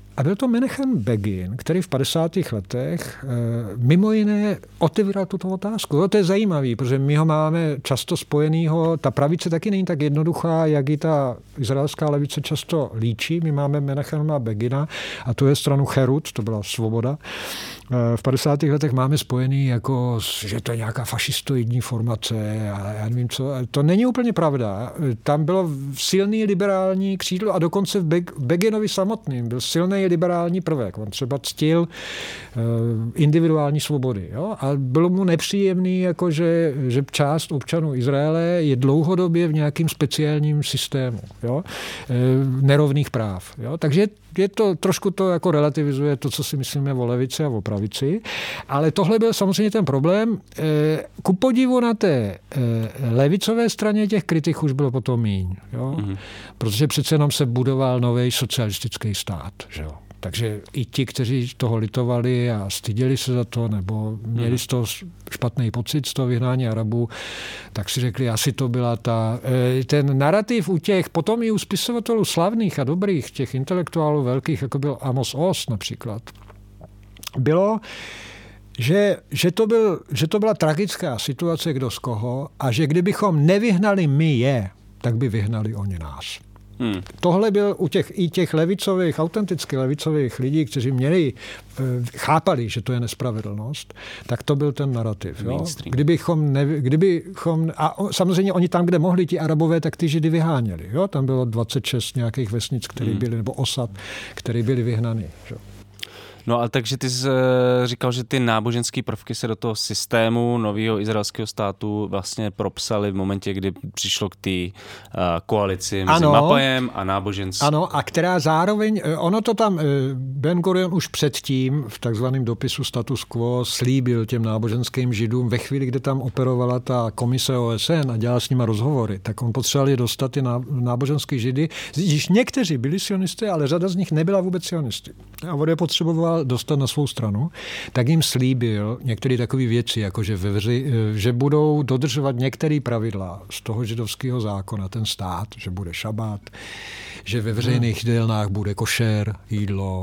A byl to Menachem Begin, který v padesátých letech mimo jiné otevíral tuto otázku. No, to je zajímavý, protože my ho máme často spojenýho, ta pravice taky není tak jednoduchá, jak i ta izraelská levice často líčí. My máme Menachema Begina a to je stranu Cherut, to byla Svoboda. V padesátých letech máme spojený jako, že to je nějaká fašistoidní formace a já nevím co. To není úplně pravda. Tam bylo silný liberální křídlo a dokonce v Beginovi samotným byl silný liberální prvek. On třeba ctil individuální svobody. Jo? A bylo mu nepříjemný, jako že, že část občanů Izraele je dlouhodobě v nějakým speciálním systému. Jo? Nerovných práv. Jo? Takže je to, trošku to jako relativizuje to, co si myslíme o levici a o pravici, ale tohle byl samozřejmě ten problém. Ku podivu na té levicové straně těch kritik už bylo potom míň, jo? Mm-hmm. Protože přece jenom se budoval nový socialistický stát, že jo? Takže i ti, kteří toho litovali a styděli se za to, nebo měli z toho špatný pocit z toho vyhnání Arabů, tak si řekli, asi to byla ta... Ten narrativ u těch, potom i u spisovatelů slavných a dobrých, těch intelektuálů velkých, jako byl Amos Oz například, bylo, že, že, to byl, že to byla tragická situace kdo z koho a že kdybychom nevyhnali my je, tak by vyhnali oni nás. Hmm. Tohle byl u těch, i těch levicových, autenticky levicových lidí, kteří měli, chápali, že to je nespravedlnost, tak to byl ten narrativ. Jo? Kdybychom, ne, kdybychom, a samozřejmě oni tam, kde mohli ti Arabové, tak ty Židy vyháněli. Jo? Tam bylo dvacet šest nějakých vesnic, které byly, nebo osad, které byly vyhnaný. Jo? No ale takže ty jsi říkal, že ty náboženské prvky se do toho systému nového izraelského státu vlastně propsaly v momentě, kdy přišlo k té uh, koalici mezi ano, Mapajem a náboženství. Ano, a která zároveň, ono to tam, Ben Gurion už předtím v takzvaném dopisu status quo slíbil těm náboženským Židům ve chvíli, kdy tam operovala ta komise O S N a dělala s nima rozhovory, tak on potřeboval je dostat ty náboženské Židy, když někteří byli sionisty, ale řada z nich nebyla vůbec sionisty. A on je potřeboval dostat na svou stranu, tak jim slíbil některé takové věci, jako že, veři, že budou dodržovat některé pravidla z toho židovského zákona, ten stát, že bude šabát, že ve veřejných jídelnách bude košer, jídlo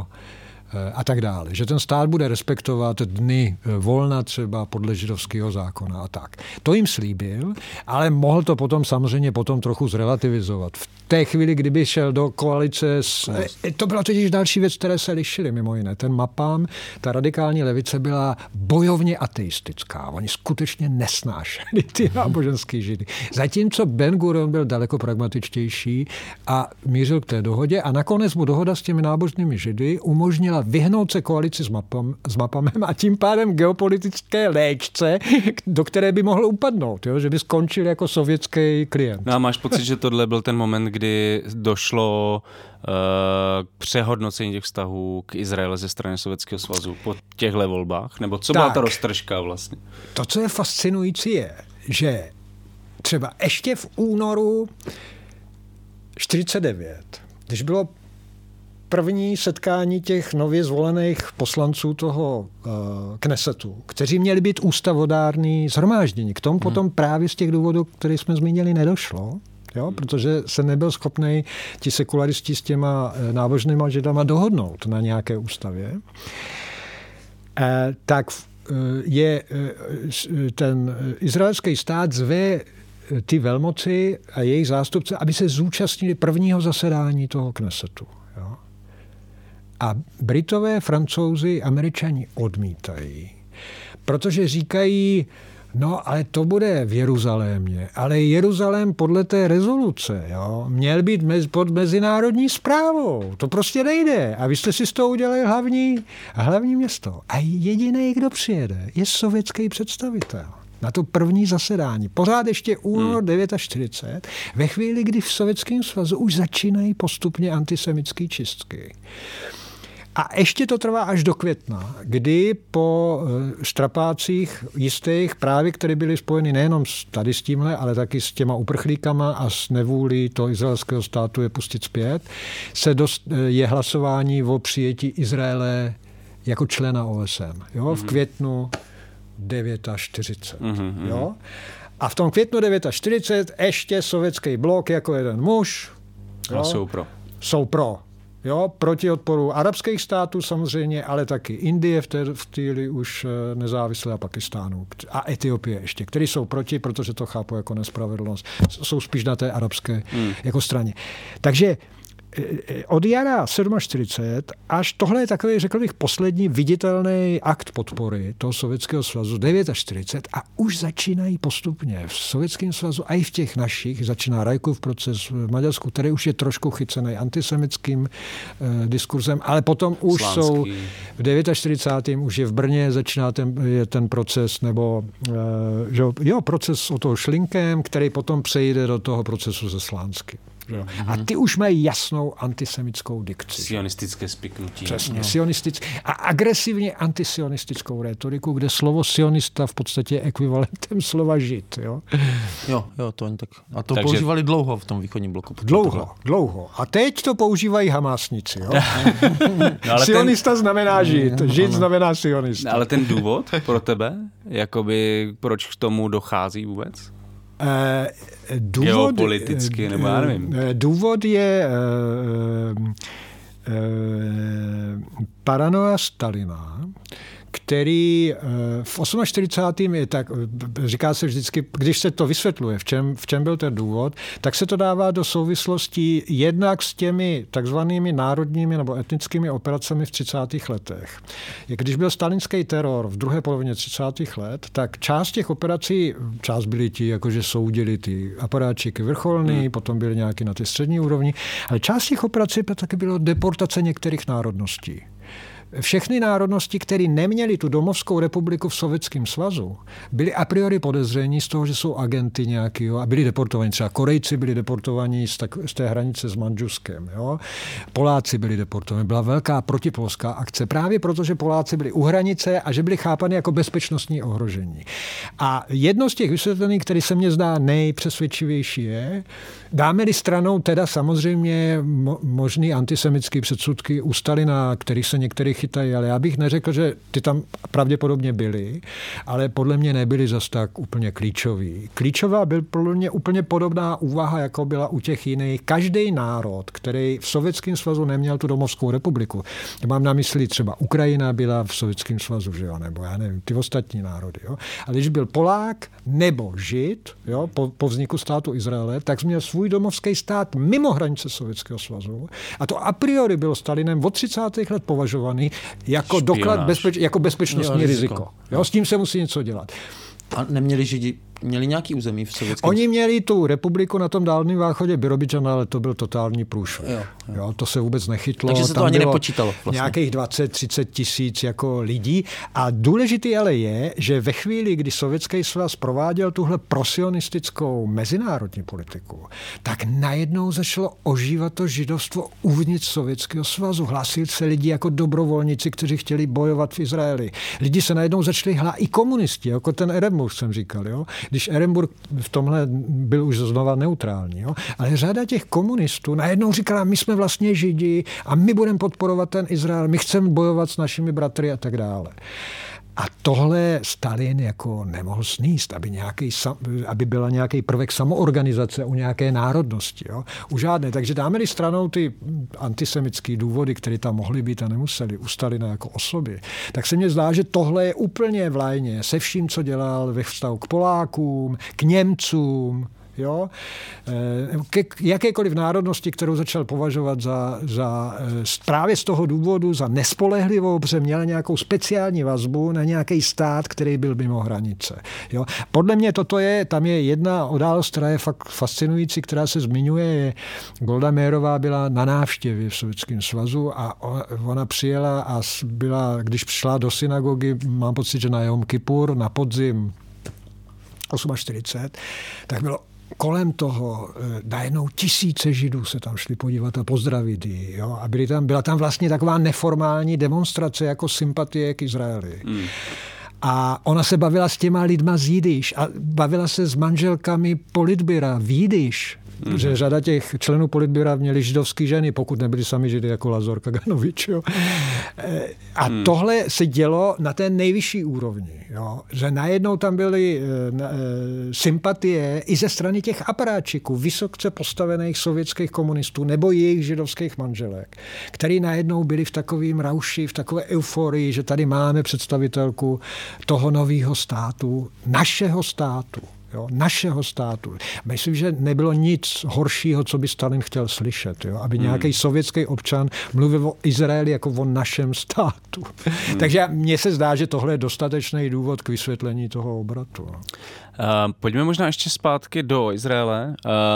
a tak dále. Že ten stát bude respektovat dny volna třeba podle židovského zákona a tak. To jim slíbil, ale mohl to potom samozřejmě potom trochu zrelativizovat. V té chvíli, kdyby šel do koalice s... To byla totiž další věc, které se lišily mimo jiné. Ten Mapám, ta radikální levice byla bojovně ateistická. Oni skutečně nesnášeli ty náboženský Židy. Zatímco Ben Gurion byl daleko pragmatičtější a mířil k té dohodě a nakonec mu dohoda s těmi nábožnými Židy umožnila vyhnout se koalici s, mapam, s Mapamem a tím pádem geopolitické léčce, do které by mohl upadnout, jo? Že by skončil jako sovětský klient. No a máš pocit, že tohle byl ten moment, kdy došlo uh, k přehodnocení těch vztahů k Izraeli ze strany Sovětského svazu po těchto volbách? Nebo co tak, byla ta roztržka vlastně? To, co je fascinující, je, že třeba ještě v únoru čtyřicet devět, když bylo první setkání těch nově zvolených poslanců toho uh, Knesetu, kteří měli být ústavodární shromáždění. K tomu hmm. potom právě z těch důvodů, které jsme zmínili, nedošlo, jo? Protože se nebyl schopný ti sekularisti s těma nábožnýma Židama dohodnout na nějaké ústavě. Uh, tak uh, je uh, ten izraelský stát zve ty velmoci a jejich zástupce, aby se zúčastnili prvního zasedání toho Knesetu. Jo? A Britové, Francouzi, Američani odmítají. Protože říkají, no ale to bude v Jeruzalémě. Ale Jeruzalém podle té rezoluce jo, měl být mez, pod mezinárodní správou. To prostě nejde. A vy jste si z toho udělali hlavní, hlavní město. A jediný, kdo přijede, je sovětský představitel. Na to první zasedání. Pořád ještě únor čtyřicet devět, ve chvíli, kdy v Sovětském svazu už začínají postupně antisemitské čistky. A ještě to trvá až do května, kdy po štrapácích jistých právě, které byly spojeny nejenom tady s tímhle, ale taky s těma uprchlíkama a s nevůlí toho izraelského státu je pustit zpět, se dost, je hlasování o přijetí Izraele jako člena O S N. Jo? V květnu čtyřicet devět. Mm-hmm. Jo? A v tom květnu čtyřicet devět ještě sovětský blok jako jeden muž. Jo? A jsou pro. Jsou pro. Jo, proti odporu arabských států samozřejmě, ale taky Indie v té chvíli už nezávislé a Pakistánu a Etiopie ještě, který jsou proti, protože to chápu jako nespravedlnost. Jsou spíš na té arabské hmm. jako straně. Takže od jara čtyřicet sedm až tohle je takový, řekl bych, poslední viditelný akt podpory toho Sovětského svazu čtyřicet devět a už začínají postupně v Sovětském svazu a i v těch našich, začíná Rajkův proces v Maďarsku, který už je trošku chycený antisemickým eh, diskurzem, ale potom už Slánský. Jsou v čtyřicátém devátém už je v Brně, začíná ten, je ten proces, nebo eh, že, jo, proces o toho Šlinkem, který potom přejde do toho procesu ze Slánským. A ty už mají jasnou antisemitskou dikci. Sionistické spiknutí. Přesně, no. sionistické a agresivně antisionistickou retoriku, kde slovo sionista v podstatě je ekvivalentem slova žid. Jo, jo, jo to oni tak. A to Takže... používali dlouho v tom východním bloku. Dlouho, tohle. dlouho. A teď to používají hamásnici. Jo? no, sionista ten... znamená žid, žid znamená sionista. Ale ten důvod pro tebe, jakoby proč k tomu dochází vůbec? Eh, důvod, Geopoliticky, nebo já nevím. Důvod je eh, eh, paranoia Stalina, který v čtyřicátém osmém je tak, říká se vždycky, když se to vysvětluje, v čem, v čem byl ten důvod, tak se to dává do souvislosti jednak s těmi takzvanými národními nebo etnickými operacemi v třicátých letech. Když byl stalinský teror v druhé polovině třicátých let, tak část těch operací, část byli ti, jakože soudili ty aparáčiky vrcholný, hmm. potom byly nějaký na té střední úrovni, ale část těch operací taky bylo deportace některých národností. Všechny národnosti, které neměly tu domovskou republiku v Sovětském svazu, byly a priori podezření z toho, že jsou agenty nějaký, a byli deportovaní. Třeba Korejci byli deportovaní z, tak, z té hranice s Mandžuskem. Jo? Poláci byli deportovaní. Byla velká protipolská akce. Právě proto, že Poláci byli u hranice a že byli chápani jako bezpečnostní ohrožení. A jedno z těch vysvětlení, které se mně zdá nejpřesvědčivější je, dáme-li stranou teda samozřejmě mo- možný antisemický předsudky u Stalina, který se některý chytají, ale já bych neřekl, že ty tam pravděpodobně byly, ale podle mě nebyly zas tak úplně klíčový. Klíčová byl podle mě úplně podobná úvaha, jako byla u těch jiných. Každý národ, který v Sovětském svazu neměl tu domovskou republiku, mám na mysli třeba Ukrajina byla v Sovětském svazu, že jo, nebo já nevím, ty ostatní národy, jo. Ale když byl Polák nebo Žid, jo, po, po vzniku státu Izraele, tak měl svůj domovský stát mimo hranice Sovětského svazu a to a priori bylo Stalinem od třicátých let považovaný jako Špionáž. doklad bezpeč, jako bezpečnostní jo, riziko. riziko. Jo, s tím se musí něco dělat. A neměli Židi, měli nějaký území v Sovětském? Oni měli tu republiku na tom dálném východě Birobičan, ale to byl totální průšvih. Jo, jo. Jo, to se vůbec nechytlo. Takže se to tam ani nepočítalo. Vlastně. Nějakých dvacet třicet tisíc jako lidí. A důležitý ale je, že ve chvíli, kdy Sovětský svaz prováděl tuhle prosionistickou mezinárodní politiku, tak najednou začalo ožívat to židovstvo uvnitř Sovětského svazu. Hlásili se lidi jako dobrovolníci, kteří chtěli bojovat v Izraeli. Lidi se najednou začali hlát i komunisti, jako ten Eremburg jsem říkal, jo. Když Eremburg v tomhle byl už znova neutrální, jo? Ale řada těch komunistů najednou říkala, my jsme vlastně Židi a my budeme podporovat ten Izrael, my chceme bojovat s našimi bratry a tak dále. A tohle Stalin jako nemohl sníst, aby, nějaký, aby byla nějaký prvek samoorganizace u nějaké národnosti. Jo? U žádné. Takže dáme-li stranou ty antisemické důvody, které tam mohly být a nemuseli, u Stalina jako osoby, tak se mně zdá, že tohle je úplně v lajně se vším, co dělal ve vztahu k Polákům, k Němcům, jo? Ke jakékoliv národnosti, kterou začal považovat za, za právě z toho důvodu za nespolehlivou, protože měla nějakou speciální vazbu na nějaký stát, který byl mimo hranice. Jo? Podle mě toto je, tam je jedna událost, která je fakt fascinující, která se zmiňuje, je Golda Meirová byla na návštěvě v Sovětském svazu a ona přijela a byla, když přišla do synagogy, mám pocit, že na Jom Kipur, na podzim čtyřicet osm, tak bylo kolem toho najednou tisíce Židů se tam šli podívat a pozdravit ji. Jo? A byly tam, byla tam vlastně taková neformální demonstrace jako sympatie k Izraeli. Hmm. A ona se bavila s těma lidma z Jidiš a bavila se s manželkami Politbyra v Jidiš. Mm. Protože řada těch členů politbyra měli židovský ženy, pokud nebyli sami židy jako Lazar Kaganovič. Jo. A mm. tohle se dělo na té nejvyšší úrovni. Jo. Že najednou tam byly e, e, sympatie i ze strany těch aparáčiků, vysoce postavených sovětských komunistů nebo jejich židovských manželek, který najednou byli v takovém rauši, v takové euforii, že tady máme představitelku toho nového státu, našeho státu. Jo, našeho státu. Myslím, že nebylo nic horšího, co by Stalin chtěl slyšet. Jo? Aby hmm. nějaký sovětský občan mluvil o Izraeli jako o našem státu. Hmm. Takže mně se zdá, že tohle je dostatečný důvod k vysvětlení toho obratu. Uh, pojďme možná ještě zpátky do Izraele.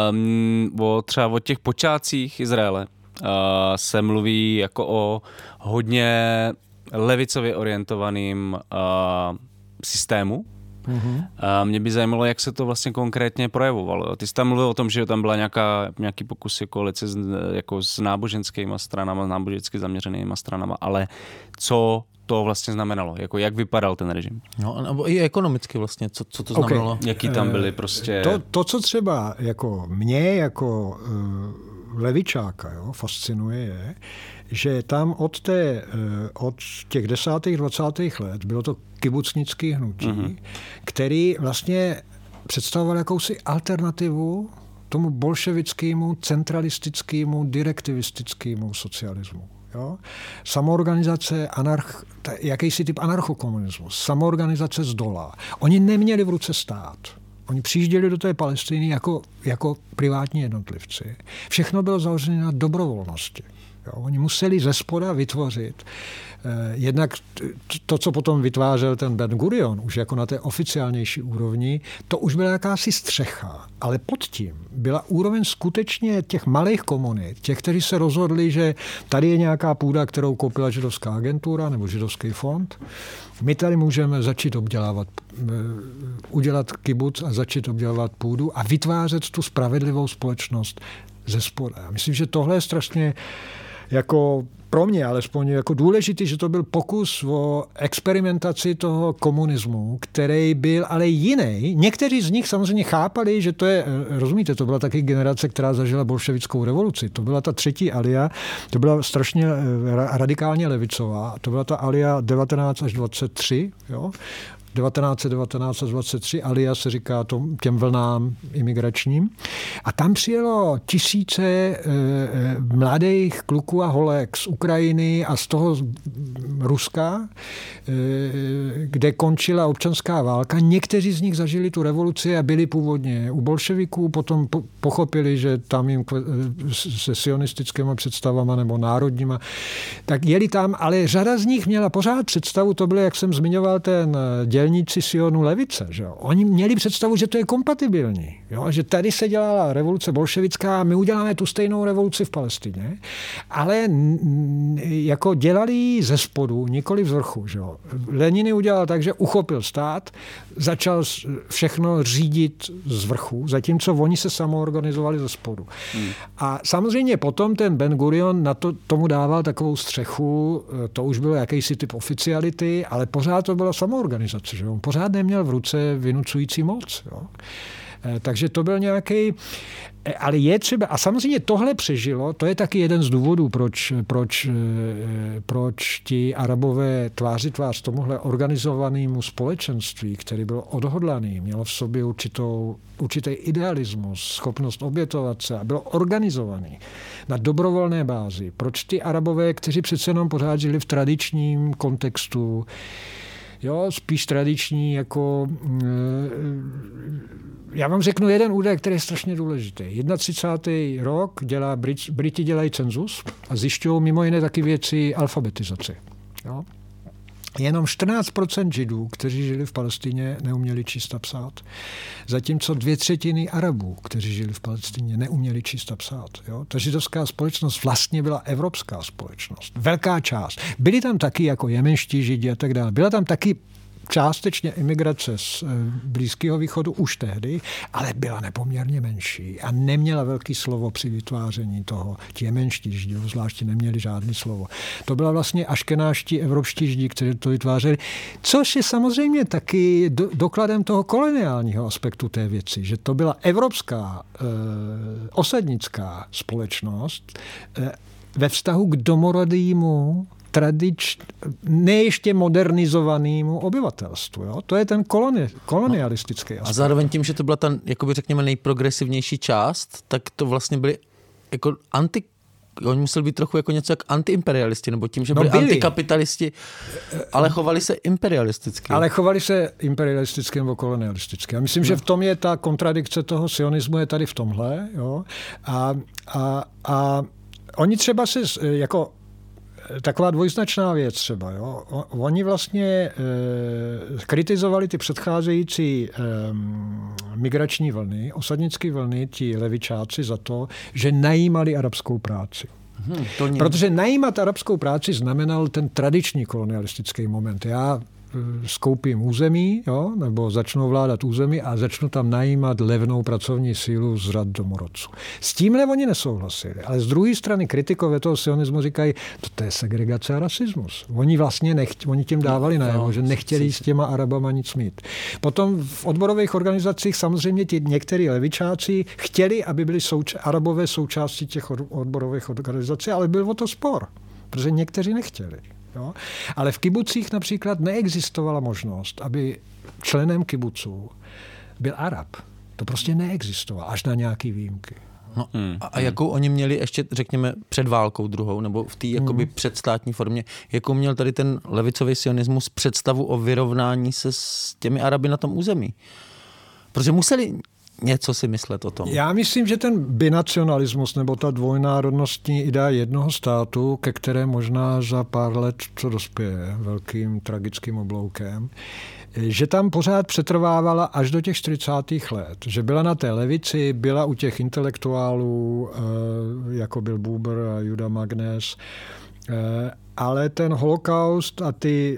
Uh, o třeba o těch počátcích Izraele uh, se mluví jako o hodně levicově orientovaným uh, systému. Uhum. A mě by zajímalo, jak se to vlastně konkrétně projevovalo. Ty jsi tam mluvil o tom, že tam byla nějaká, nějaký pokusy koalice s, jako s náboženskými stranama, s nábožensky zaměřenými stranama, ale co to vlastně znamenalo? Jako jak vypadal ten režim? No, nebo i ekonomicky vlastně, co, co to znamenalo? Okay. Jaký tam byly prostě... To, to co třeba jako mě jako uh, levičáka jo, fascinuje, je, že tam od, té, od těch desátých, dvacátých let bylo to kibucnický hnutí, mm-hmm. který vlastně představoval jakousi alternativu tomu bolševickému, centralistickému, direktivistickému socialismu. Jo? Samoorganizace, anarch, jakýsi typ anarchokomunismus, samoorganizace z dola. Oni neměli v ruce stát. Oni přijížděli do té Palestiny jako, jako privátní jednotlivci. Všechno bylo založené na dobrovolnosti. Jo, oni museli ze spoda vytvořit eh, jednak to, co potom vytvářel ten Ben Gurion, už jako na té oficiálnější úrovni, to už byla jakási střecha, ale pod tím byla úroveň skutečně těch malých komunit, těch, kteří se rozhodli, že tady je nějaká půda, kterou koupila židovská agentura nebo židovský fond. My tady můžeme začít obdělávat, udělat kibuc a začít obdělávat půdu a vytvářet tu spravedlivou společnost ze spoda. Já myslím, že tohle je strašně jako pro mě alespoň jako důležitý, že to byl pokus o experimentaci toho komunismu, který byl ale jiný. Někteří z nich samozřejmě chápali, že to je, rozumíte, to byla taky generace, která zažila bolševickou revoluci. To byla ta třetí alia, to byla strašně radikálně levicová. To byla ta alia devatenáct až dvacet tři, jo? devatenáct devatenáct až dvacet tři, alia se říká tom, těm vlnám imigračním. A tam přijelo tisíce e, mladých kluků a holek z Ukrajiny a z toho Ruska, e, kde končila občanská válka. Někteří z nich zažili tu revoluci a byli původně u bolševiků, potom po, pochopili, že tam jim se sionistickými představama nebo národníma, tak jeli tam, ale řada z nich měla pořád představu, to bylo, jak jsem zmiňoval, ten dělníci Sionu levice. Že? Oni měli představu, že to je kompatibilní. Jo? Že tady se dělala revoluce bolševická a my uděláme tu stejnou revoluci v Palestině, ale jako dělali ze spodu, nikoli z vrchu. Že? Lenin udělal tak, že uchopil stát, začal všechno řídit z vrchu, zatímco oni se samoorganizovali ze spodu. Hmm. A samozřejmě potom ten Ben Gurion na to, tomu dával takovou střechu, to už bylo jakýsi typ oficiality, ale pořád to byla samoorganizace. Že? On pořád neměl v ruce vynucující moc. Jo? Takže to byl nějaký... Ale je třeba... A samozřejmě tohle přežilo, to je taky jeden z důvodů, proč, proč, proč ti Arabové tváří tvář tomuhle organizovanému společenství, který byl odhodlaný, mělo v sobě určitou, určitý idealismus, schopnost obětovat se a byl organizovaný na dobrovolné bázi. Proč ti Arabové, kteří přece jenom pořád žili v tradičním kontextu, jo, spíš tradiční, jako... Já vám řeknu jeden údaj, který je strašně důležitý. třicátý první rok dělá, Brit, Briti dělají cenzus a zjišťují mimo jiné taky věci alfabetizace. Jo. Jenom čtrnáct procent Židů, kteří žili v Palestině, neuměli číst a psát. Zatímco dvě třetiny Arabů, kteří žili v Palestině, neuměli číst a psát. Jo? Ta židovská společnost vlastně byla evropská společnost. Velká část. Byli tam taky jako jemenští Židi a tak dále. Byla tam taky částečně imigrace z Blízkého východu už tehdy, ale byla nepoměrně menší a neměla velký slovo při vytváření toho. Ti menští židi zvláště neměli žádný slovo. To byla vlastně aškenáští evropští židi, kteří to vytvářeli, což je samozřejmě taky do, dokladem toho koloniálního aspektu té věci, že to byla evropská e, osadnická společnost e, ve vztahu k domorodému tradič, neještě modernizovanému obyvatelstvu. Jo? To je ten koloni, kolonialistický aspekt. A zároveň tím, že to byla ta, jakoby řekněme, nejprogresivnější část, tak to vlastně byly jako anti Oni museli být trochu jako něco jak antiimperialisti, nebo tím, že byli, no byli antikapitalisti, ale chovali se imperialisticky. Ale chovali se imperialisticky nebo kolonialisticky. Já myslím, no. že v tom je ta kontradikce toho sionismu je tady v tomhle. Jo? A, a, a oni třeba se jako taková dvojznačná věc třeba. Jo? Oni vlastně e, kritizovali ty předcházející e, migrační vlny, osadnické vlny, ti levičáci za to, že najímali arabskou práci. Hmm, to nie... Protože najímat arabskou práci znamenal ten tradiční kolonialistický moment. Já skoupím území, jo, nebo začnou vládat území a začnu tam najímat levnou pracovní sílu z řad domorodců. S tímhle oni nesouhlasili. Ale z druhé strany kritikové toho sionismu říkají, to, to je segregace a rasismus. Oni vlastně nechť, oni tím dávali najevo, no, že nechtěli s těma Arabama nic mít. Potom v odborových organizacích samozřejmě ti některý levičáci chtěli, aby byli souč- Arabové součástí těch odborových organizací, ale byl o to spor, protože někteří nechtěli. Jo? Ale v kibucích například neexistovala možnost, aby členem kibuců byl Arab. To prostě neexistovalo, až na nějaký výjimky. No, hmm. A jakou oni měli ještě, řekněme, před válkou druhou, nebo v té jakoby hmm. předstátní formě, jakou měl tady ten levicový sionismus představu o vyrovnání se s těmi Araby na tom území? Protože museli něco si myslet o tom. Já myslím, že ten binacionalismus nebo ta dvojnárodnostní idea jednoho státu, ke které možná za pár let co dospěje velkým tragickým obloukem, že tam pořád přetrvávala až do těch čtyřicátých let. Že byla na té levici, byla u těch intelektuálů, jako byl Buber a Judah Magnes, ale ten holokaust a ty,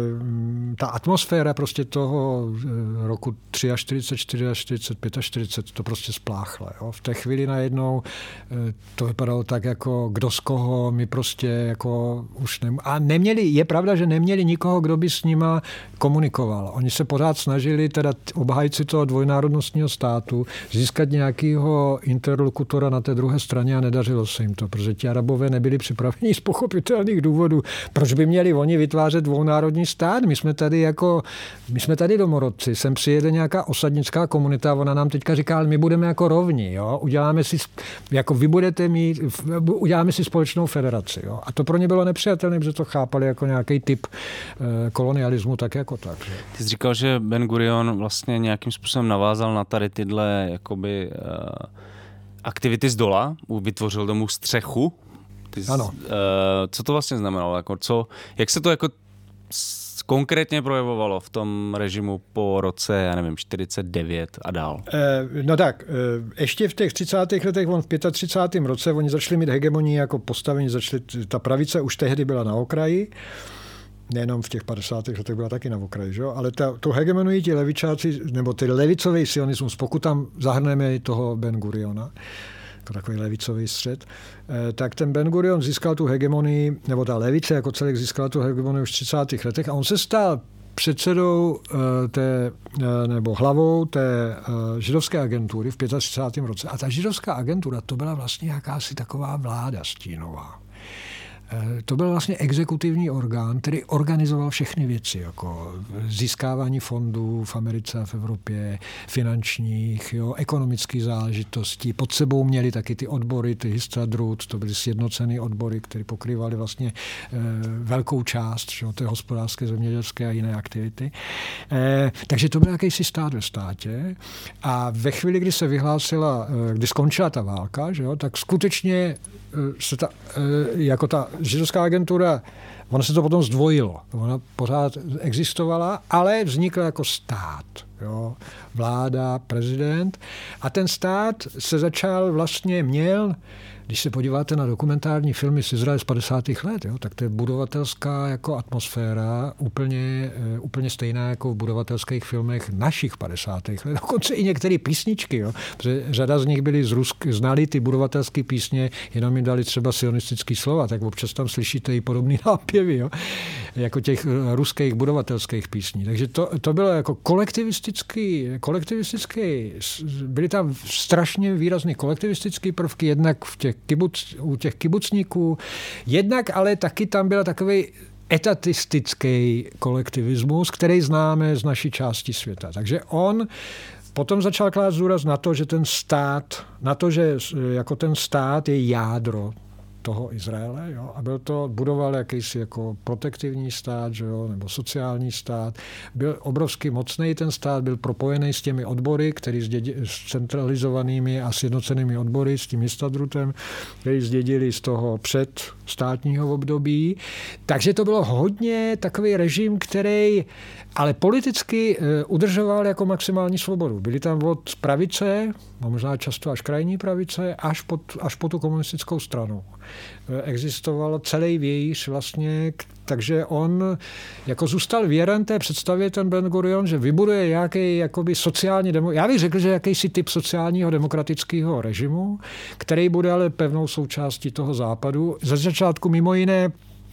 ta atmosféra prostě toho roku čtyřicet tři, čtyřicet pět, čtyřicet to prostě spláchla. Jo. V té chvíli najednou to vypadalo tak jako kdo z koho, my prostě jako už nem... A neměli, je pravda, že neměli nikoho, kdo by s nima komunikoval. Oni se pořád snažili, teda obhájci toho dvojnárodnostního státu, získat nějakého interlokutora na té druhé straně a nedařilo se jim to, protože ti Arabové nebyli připraveni z pochopitelných důvodů. Proč by měli oni vytvářet dvounárodní stát? My jsme tady jako, my jsme tady domorodci, sem přijede nějaká osadnická komunita, ona nám teďka říká, ale my budeme jako rovni, jo? Uděláme si, jako vy budete mít, uděláme si společnou federaci, jo? A to pro ně bylo nepřijatelné, protože to chápali jako nějaký typ eh, kolonialismu, tak jako tak. Že? Ty jsi říkal, že Ben Gurion vlastně nějakým způsobem navázal na tady tyhle jakoby eh, aktivity z dola, vytvořil tomu střechu. Ty, ano. Uh, co to vlastně znamenalo? Jako, co, jak se to jako konkrétně projevovalo v tom režimu po roce, já nevím, čtyřicet devět a dál? Eh, no tak, eh, ještě v těch třicátých letech, on v třicátém pátém roce, oni začali mít hegemonii jako postavení, začali, ta pravice už tehdy byla na okraji, nejenom v těch padesátých letech byla taky na okraji, že? Ale ta, tu hegemonují ti levičáci, nebo ty levicový sionismus, pokud tam zahrneme toho Ben Guriona, jako takový levicový střed, tak ten Ben Gurion získal tu hegemonii, nebo ta levice jako celek získala tu hegemonii už v třicátých letech a on se stal předsedou té, nebo hlavou té židovské agentury v třicátém pátém roce. A ta židovská agentura, to byla vlastně jakási taková vláda stínová. To byl vlastně exekutivní orgán, který organizoval všechny věci, jako získávání fondů v Americe a v Evropě, finančních, jo, ekonomických záležitostí. Pod sebou měli taky ty odbory, ty Histadrut, to byly sjednocené odbory, které pokrývaly vlastně e, velkou část, jo, té hospodářské, zemědělské a jiné aktivity. E, takže to byl jakýsi stát ve státě. A ve chvíli, kdy se vyhlásila, kdy skončila ta válka, že jo, tak skutečně se ta, jako ta židovská agentura Ono se to potom zdvojilo. Ona pořád existovala, ale vznikla jako stát. Jo? Vláda, prezident. A ten stát se začal vlastně měl, když se podíváte na dokumentární filmy z Izraele z padesátých let, jo, tak to je budovatelská jako atmosféra úplně, úplně stejná jako v budovatelských filmech našich padesátých let. Dokonce i některé písničky, jo, protože řada z nich byly z Rusk, znali ty budovatelské písně, jenom jim dali třeba sionistický slova, tak občas tam slyšíte i podobný nápěvy, jo, jako těch ruských budovatelských písní. Takže to, to bylo jako kolektivistický, kolektivistický, byly tam strašně výrazné kolektivistické prvky, jednak v těch Kibuc, u těch kibucníků. Jednak ale taky tam byl takový etatistický kolektivismus, který známe z naší části světa. Takže on potom začal klást důraz na to, že ten stát, na to, že jako ten stát je jádro toho Izraele, jo? A byl to, budoval jakýsi jako protektivní stát, že jo? Nebo sociální stát. Byl obrovsky mocný ten stát, byl propojený s těmi odbory, který zdědi, s centralizovanými a sjednocenými odbory, s tím Histadrutem, který zdědili z toho předstátního období. Takže to bylo hodně takový režim, který ale politicky udržoval jako maximální svobodu. Byli tam od pravice, možná často až krajní pravice, až po, až po tu komunistickou stranu. Existoval celý vějíř vlastně, takže on jako zůstal věren té představě ten Ben Gurion, že vybuduje nějaký jakoby sociálně demo, já bych řekl, že jakýsi typ sociálního demokratického režimu, který bude ale pevnou součástí toho západu. Za začátku mimo jiné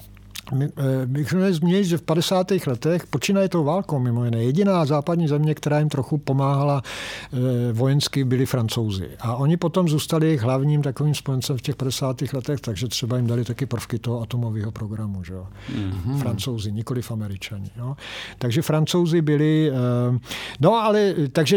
bych měl zmínit, že v padesátých letech počínaje tou válkou mimo jiné. Jediná západní země, která jim trochu pomáhala vojensky, byli Francouzi. A oni potom zůstali jejich hlavním takovým spojencem v těch padesátých letech, takže třeba jim dali taky prvky toho atomového programu. Že jo? Mm-hmm. Francouzi, nikoliv Američani. Jo? Takže Francouzi byli... No ale takže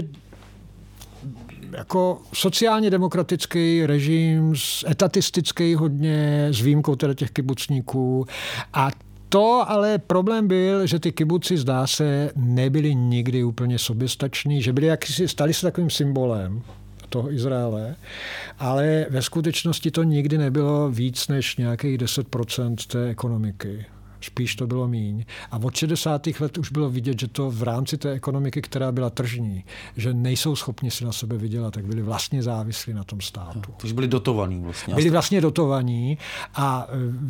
jako sociálně demokratický režim, etatistický hodně, s výjimkou teda těch kibucníků. A to ale problém byl, že ty kibuci, zdá se, nebyli nikdy úplně soběstační, že byli jakýsi, stali se takovým symbolem toho Izraele, ale ve skutečnosti to nikdy nebylo víc než nějakých deset procent té ekonomiky. Spíš to bylo míň. A od šedesátých let už bylo vidět, že to v rámci té ekonomiky, která byla tržní, že nejsou schopni si na sebe vydělat, tak byli vlastně závislí na tom státu. No, takže byli dotovaní vlastně. Byli vlastně dotovaní a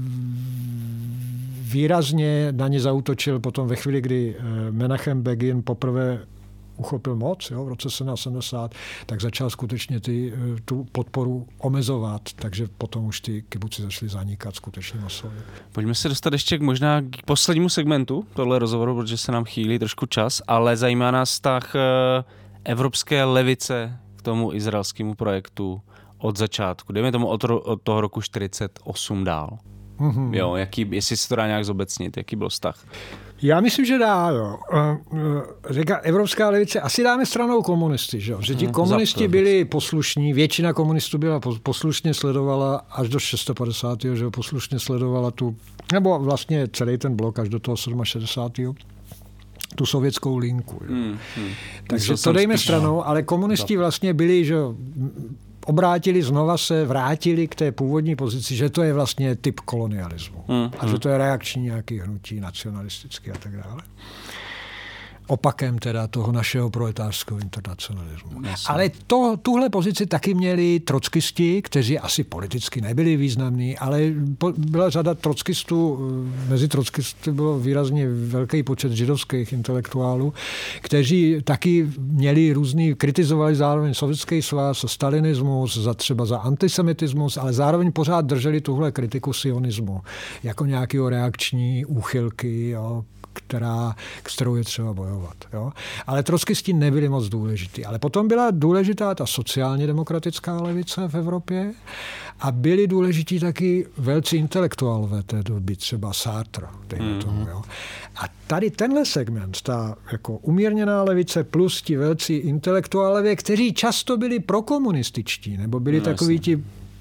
výrazně na ně zaútočil potom ve chvíli, kdy Menachem Begin poprvé uchopil moc, jo, v roce sedmdesát, tak začal skutečně ty, tu podporu omezovat, takže potom už ty kibuci začaly zanikat skutečně masově. Pojďme se dostat ještě k možná k poslednímu segmentu tohle rozhovoru, protože se nám chýlí trošku čas, ale zajímá nás vztah evropské levice k tomu izraelskému projektu od začátku. Dejme tomu od, od toho roku čtyřicet osm dál. Mm-hmm. Jo, jaký, jestli se to dá nějak zobecnit, jaký byl vztah? Já myslím, že dá, jo. Říká evropská levice, asi dáme stranou komunisty, že jo. Že ti komunisti byli poslušní, většina komunistů byla poslušně sledovala až do šestopadesátého že jo, poslušně sledovala tu, nebo vlastně celý ten blok až do toho šedesátého tu sovětskou linku. Jo. Hmm, hmm. Takže to dejme stranou, ale komunisti vlastně byli, že jo, obrátili, znova se vrátili k té původní pozici, že to je vlastně typ kolonialismu. Hmm, a že to je reakční nějaký hnutí nacionalistický a tak dále. Opakem teda toho našeho proletářského internacionalismu. Jasně. Ale to, tuhle pozici taky měli trockisti, kteří asi politicky nebyli významní, ale byla řada trockistů, mezi trockisty bylo výrazně velký počet židovských intelektuálů, kteří taky měli různý, kritizovali zároveň sovětský svaz, stalinismus, za třeba za antisemitismus, ale zároveň pořád drželi tuhle kritiku sionismu jako nějakého reakční úchylky, jo, která, s kterou je třeba bojovat. Jo? Ale trockisti nebyli moc důležitý. Ale potom byla důležitá ta sociálně demokratická levice v Evropě a byli důležití taky velcí intelektuálové té doby, třeba Sartre. Mm-hmm. Tomu, jo? A tady tenhle segment, ta jako umírněná levice plus ti velcí intelektuálové, kteří často byli prokomunističtí, nebo byli no, takoví ti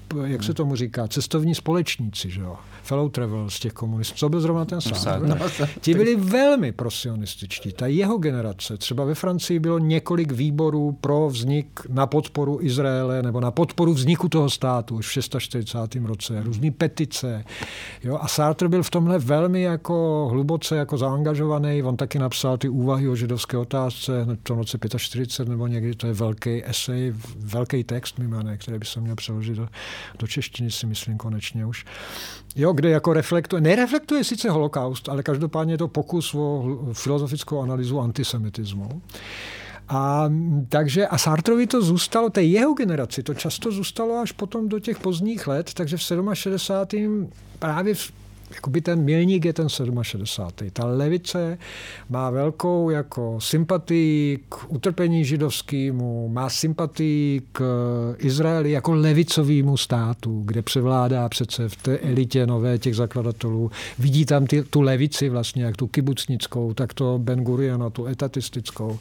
jak se tomu říká, cestovní společníci, že jo? Fellow travel z těch komunistů. Co byl zrovna ten Sartre? No, ti byli velmi prosionističtí. Ta jeho generace, třeba ve Francii bylo několik výborů pro vznik na podporu Izraele nebo na podporu vzniku toho státu už v čtyřicátém šestém roce. Různý petice. Jo? A Sartre byl v tomhle velmi jako hluboce jako zaangažovaný. On taky napsal ty úvahy o židovské otázce v tom roce čtyřicet pět nebo někdy. To je velký esej, velký text mimo ne, který by se měl přeložit do, do češtiny, si myslím konečně už. Jo, kde jako reflektuje, nereflektuje sice holokaust, ale každopádně je to pokus o filozofickou analýzu antisemitismu. A takže a Sartrovi to zůstalo, té jeho generaci, to často zůstalo až potom do těch pozdních let, takže v šedesátém sedmém právě v jakoby ten milník je ten šedesátý sedmý Ta levice má velkou jako sympatii k utrpení židovskému, má sympatii k Izraeli jako levicovému státu, kde převládá přece v té elitě nové těch zakladatelů. Vidí tam ty, tu levici vlastně, jak tu kibucnickou, tak to Ben Guriona, tu etatistickou.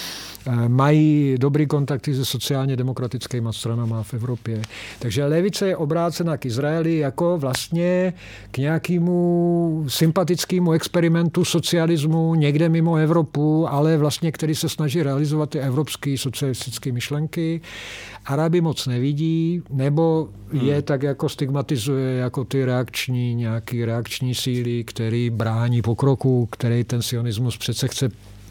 Mají dobrý kontakty se sociálně demokratickými stranama v Evropě. Takže levice je obrácena k Izraeli jako vlastně k nějakému sympatickému experimentu socialismu někde mimo Evropu, ale vlastně který se snaží realizovat ty evropské socialistické myšlenky. Arabi moc nevidí, nebo je hmm. tak jako stigmatizuje jako ty reakční, nějaký reakční síly, který brání pokroku, který ten sionismus přece chce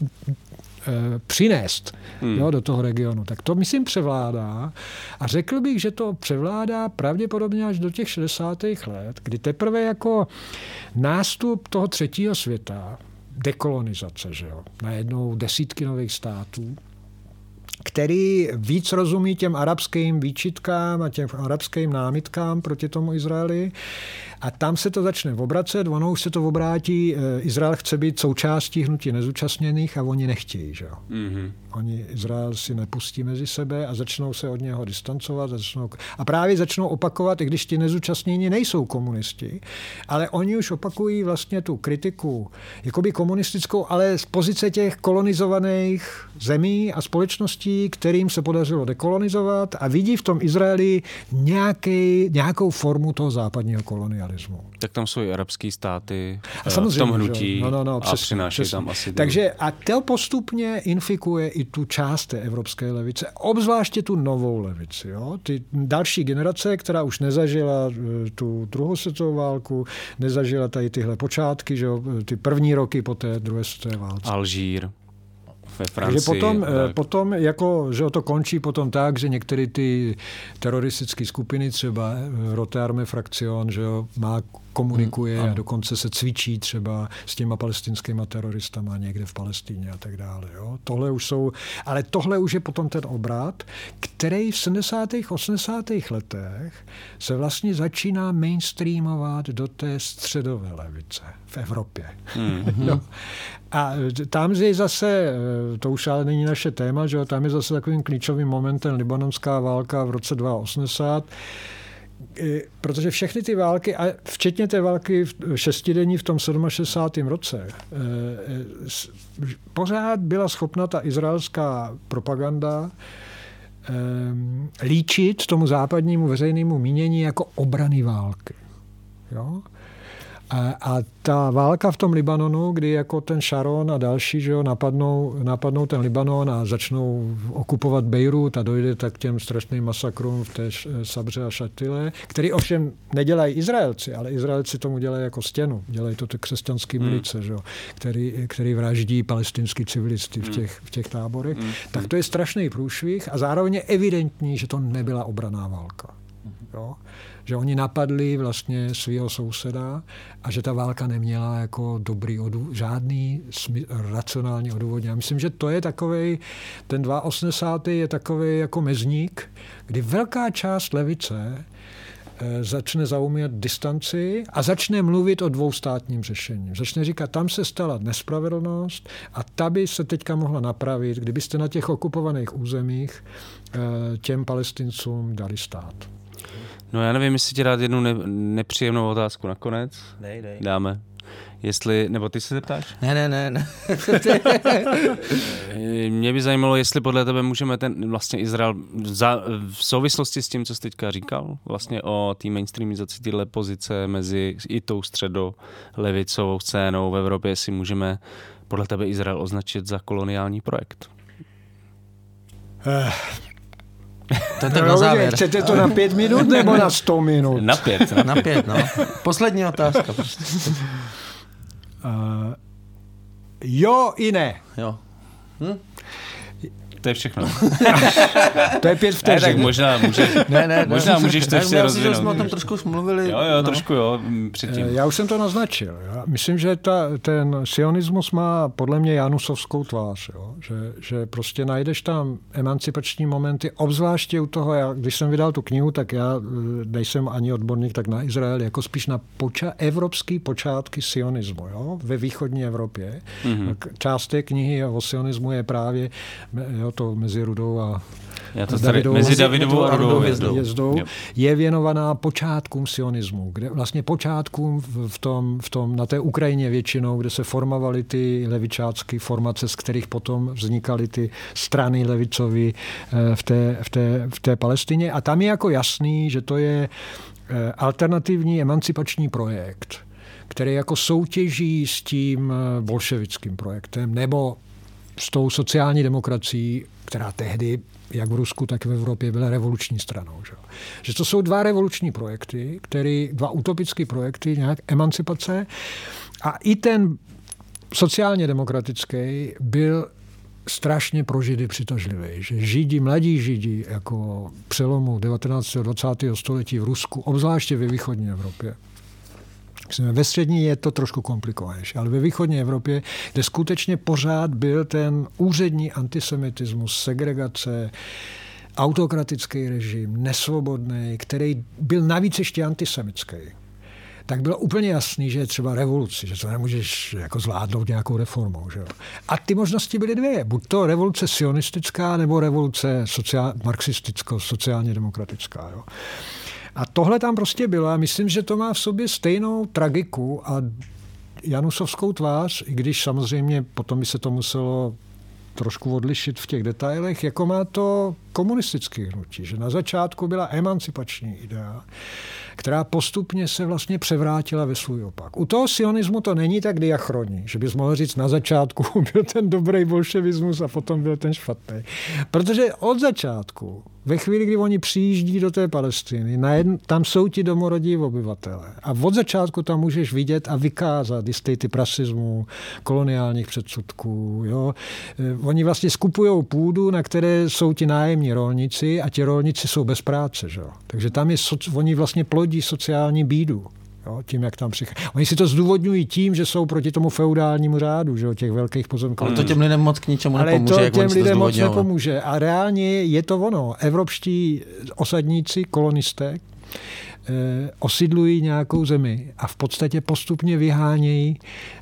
přinést hmm. jo, do toho regionu. Tak to, myslím, převládá. A řekl bych, že to převládá pravděpodobně až do těch šedesátých let, kdy teprve jako nástup toho třetího světa, dekolonizace, že jo, najednou desítky nových států, který víc rozumí těm arabským výčitkám a těm arabským námitkám proti tomu Izraeli. A tam se to začne obracet, ono už se to obrátí, Izrael chce být součástí hnutí nezúčastněných a oni nechtějí. Že? Mm-hmm. Oni Izrael si nepustí mezi sebe a začnou se od něho distancovat. Začnou, a právě začnou opakovat, i když ti nezúčastnění nejsou komunisti, ale oni už opakují vlastně tu kritiku jakoby komunistickou, ale z pozice těch kolonizovaných zemí a společností, kterým se podařilo dekolonizovat a vidí v tom Izraeli nějaký, nějakou formu toho západního kolonialismu. Tak tam jsou i arabský státy a v tom hnutí no, no, no, a přesně, přináší přesně. tam asi... Takže a to postupně infikuje i tu část té evropské levice, obzvláště tu novou levici. Jo? Ty další generace, která už nezažila tu druhou světovou válku, nezažila tady tyhle počátky, že jo? Ty první roky po té druhé světové válce. Alžír. Ve Francii, Takže potom, potom jako, že to končí potom tak, že některé ty teroristické skupiny, třeba Rote Armee Fraktion, že jo, má komunikuje hmm, a dokonce se cvičí třeba s těma palestinskýma teroristama někde v Palestíně a tak dále. Jo. Tohle už jsou, ale tohle už je potom ten obrat, který v sedmdesátých osmdesátých letech se vlastně začíná mainstreamovat do té středové levice v Evropě. Hmm. No. A tam je zase, to už ale není naše téma, že jo, tam je zase takovým klíčovým momentem libanonská válka v roce osmdesát dva, protože všechny ty války, a včetně té války šestidenní v tom šedesátém sedmém roce, pořád byla schopna ta izraelská propaganda líčit tomu západnímu veřejnému mínění jako obrany války. Jo? A, a ta válka v tom Libanonu, kdy jako ten Sharon a další, že jo, napadnou, napadnou ten Libanon a začnou okupovat Bejrút a dojde tak k těm strašným masakrům v té Sabře a Šatile, který ovšem nedělají Izraelci, ale Izraelci tomu dělají jako stěnu. Dělají to ty křesťanské milice, že jo, který, který vraždí palestinský civilisty v těch, v těch táborech. Mm. Tak to je strašný průšvih a zároveň je evidentní, že to nebyla obranná válka. Jo? Že oni napadli vlastně svého souseda a že ta válka neměla jako dobrý odů, žádný smy, racionální odůvodnění. Já myslím, že to je takovej, ten osmdesátý dva je takový jako mezník, kdy velká část levice e, začne zaujímat distanci a začne mluvit o dvoustátním řešení. Začne říkat, tam se stala nespravedlnost a ta by se teďka mohla napravit, kdybyste na těch okupovaných územích e, těm Palestincům dali stát. No já nevím, jestli ti dát jednu ne- nepříjemnou otázku nakonec. Dej, dej. Dáme. jestli, nebo ty se zeptáš? Ne, ne, ne. ne. Mě by zajímalo, jestli podle tebe můžeme ten vlastně Izrael za, v souvislosti s tím, co jsi teďka říkal, vlastně o té mainstreamizaci téhle pozice mezi i tou středolevicovou scénou v Evropě, jestli můžeme podle tebe Izrael označit za koloniální projekt. Eh. To je tak na závěr. Chcete to na pět minut nebo na sto minut? Na pět. Na, na pět, no. Poslední otázka. Uh, jo i ne. Jo. Hm? To je všechno. To je pět vteřin. Ne, tak možná, může, ne, ne, možná ne. můžeš to ještě rozvinout. Že jsme o tom trošku mluvili. Jo, jo, no. trošku jo, předtím. Já už jsem to naznačil. Já myslím, že ta, ten sionismus má podle mě janusovskou tvář. Jo? Že, že prostě najdeš tam emancipační momenty, obzvláště u toho, já, když jsem vydal tu knihu, tak já nejsem ani odborník tak na Izrael, jako spíš na poča- evropský počátky sionismu, jo? Ve východní Evropě. Mm-hmm. Část té knihy o sionismu je právě jo, to mezi Rudou a Já to Davidovou, mezi Davidovou a Rudou hvězdou, hvězdou je věnovaná počátkům sionismu, kde vlastně počátkům v tom, v tom, na té Ukrajině většinou, kde se formovaly ty levičácké formace, z kterých potom vznikaly ty strany levicové v té, v té, v té Palestině. A tam je jako jasný, že to je alternativní emancipační projekt, který jako soutěží s tím bolševickým projektem, nebo s tou sociální demokracií, která tehdy, jak v Rusku, tak v Evropě, byla revoluční stranou. Že, že to jsou dva revoluční projekty, který, dva utopické projekty, nějak emancipace. A i ten sociálně demokratický byl strašně pro Židy přitažlivý. Že Židi, mladí Židi, jako přelomu devatenáctého a dvacátého století v Rusku, obzvláště ve východní Evropě, ve střední je to trošku komplikovanější, ale ve východní Evropě, kde skutečně pořád byl ten úřední antisemitismus, segregace, autokratický režim, nesvobodný, který byl navíc ještě antisemický, tak bylo úplně jasný, že je třeba revoluci, že to nemůžeš jako zvládnout nějakou reformou. Že jo? A ty možnosti byly dvě. Buď to revoluce sionistická, nebo revoluce sociál, marxisticko-sociálně demokratická. Jo? A tohle tam prostě bylo a myslím, že to má v sobě stejnou tragiku a janusovskou tvář, i když samozřejmě potom by se to muselo trošku odlišit v těch detailech, jako má to komunistické hnutí, že na začátku byla emancipační idea, která postupně se vlastně převrátila ve svůj opak. U toho sionismu to není tak diachronní, že bys mohl říct, na začátku byl ten dobrý bolševismus a potom byl ten špatný. Protože od začátku, ve chvíli, kdy oni přijíždí do té Palestiny, najedn, tam jsou ti domorodí obyvatele. A od začátku tam můžeš vidět a vykázat jistý typ rasismu, koloniálních předsudků. Jo. Oni vlastně skupují půdu, na které jsou ti nájemní rolníci a ti rolníci jsou bez práce. Že? Takže tam je, oni vlastně plodí sociální bídu. Jo, tím, jak tam přichází. Oni si to zdůvodňují tím, že jsou proti tomu feudálnímu řádu, že, těch velkých pozemků. Ale to těm lidem moc k ničemu nepomůže. Ale to jak těm lidem moc zdůvodňují. nepomůže. A reálně je to ono. Evropští osadníci, kolonisté, eh, osidlují nějakou zemi a v podstatě postupně vyhánějí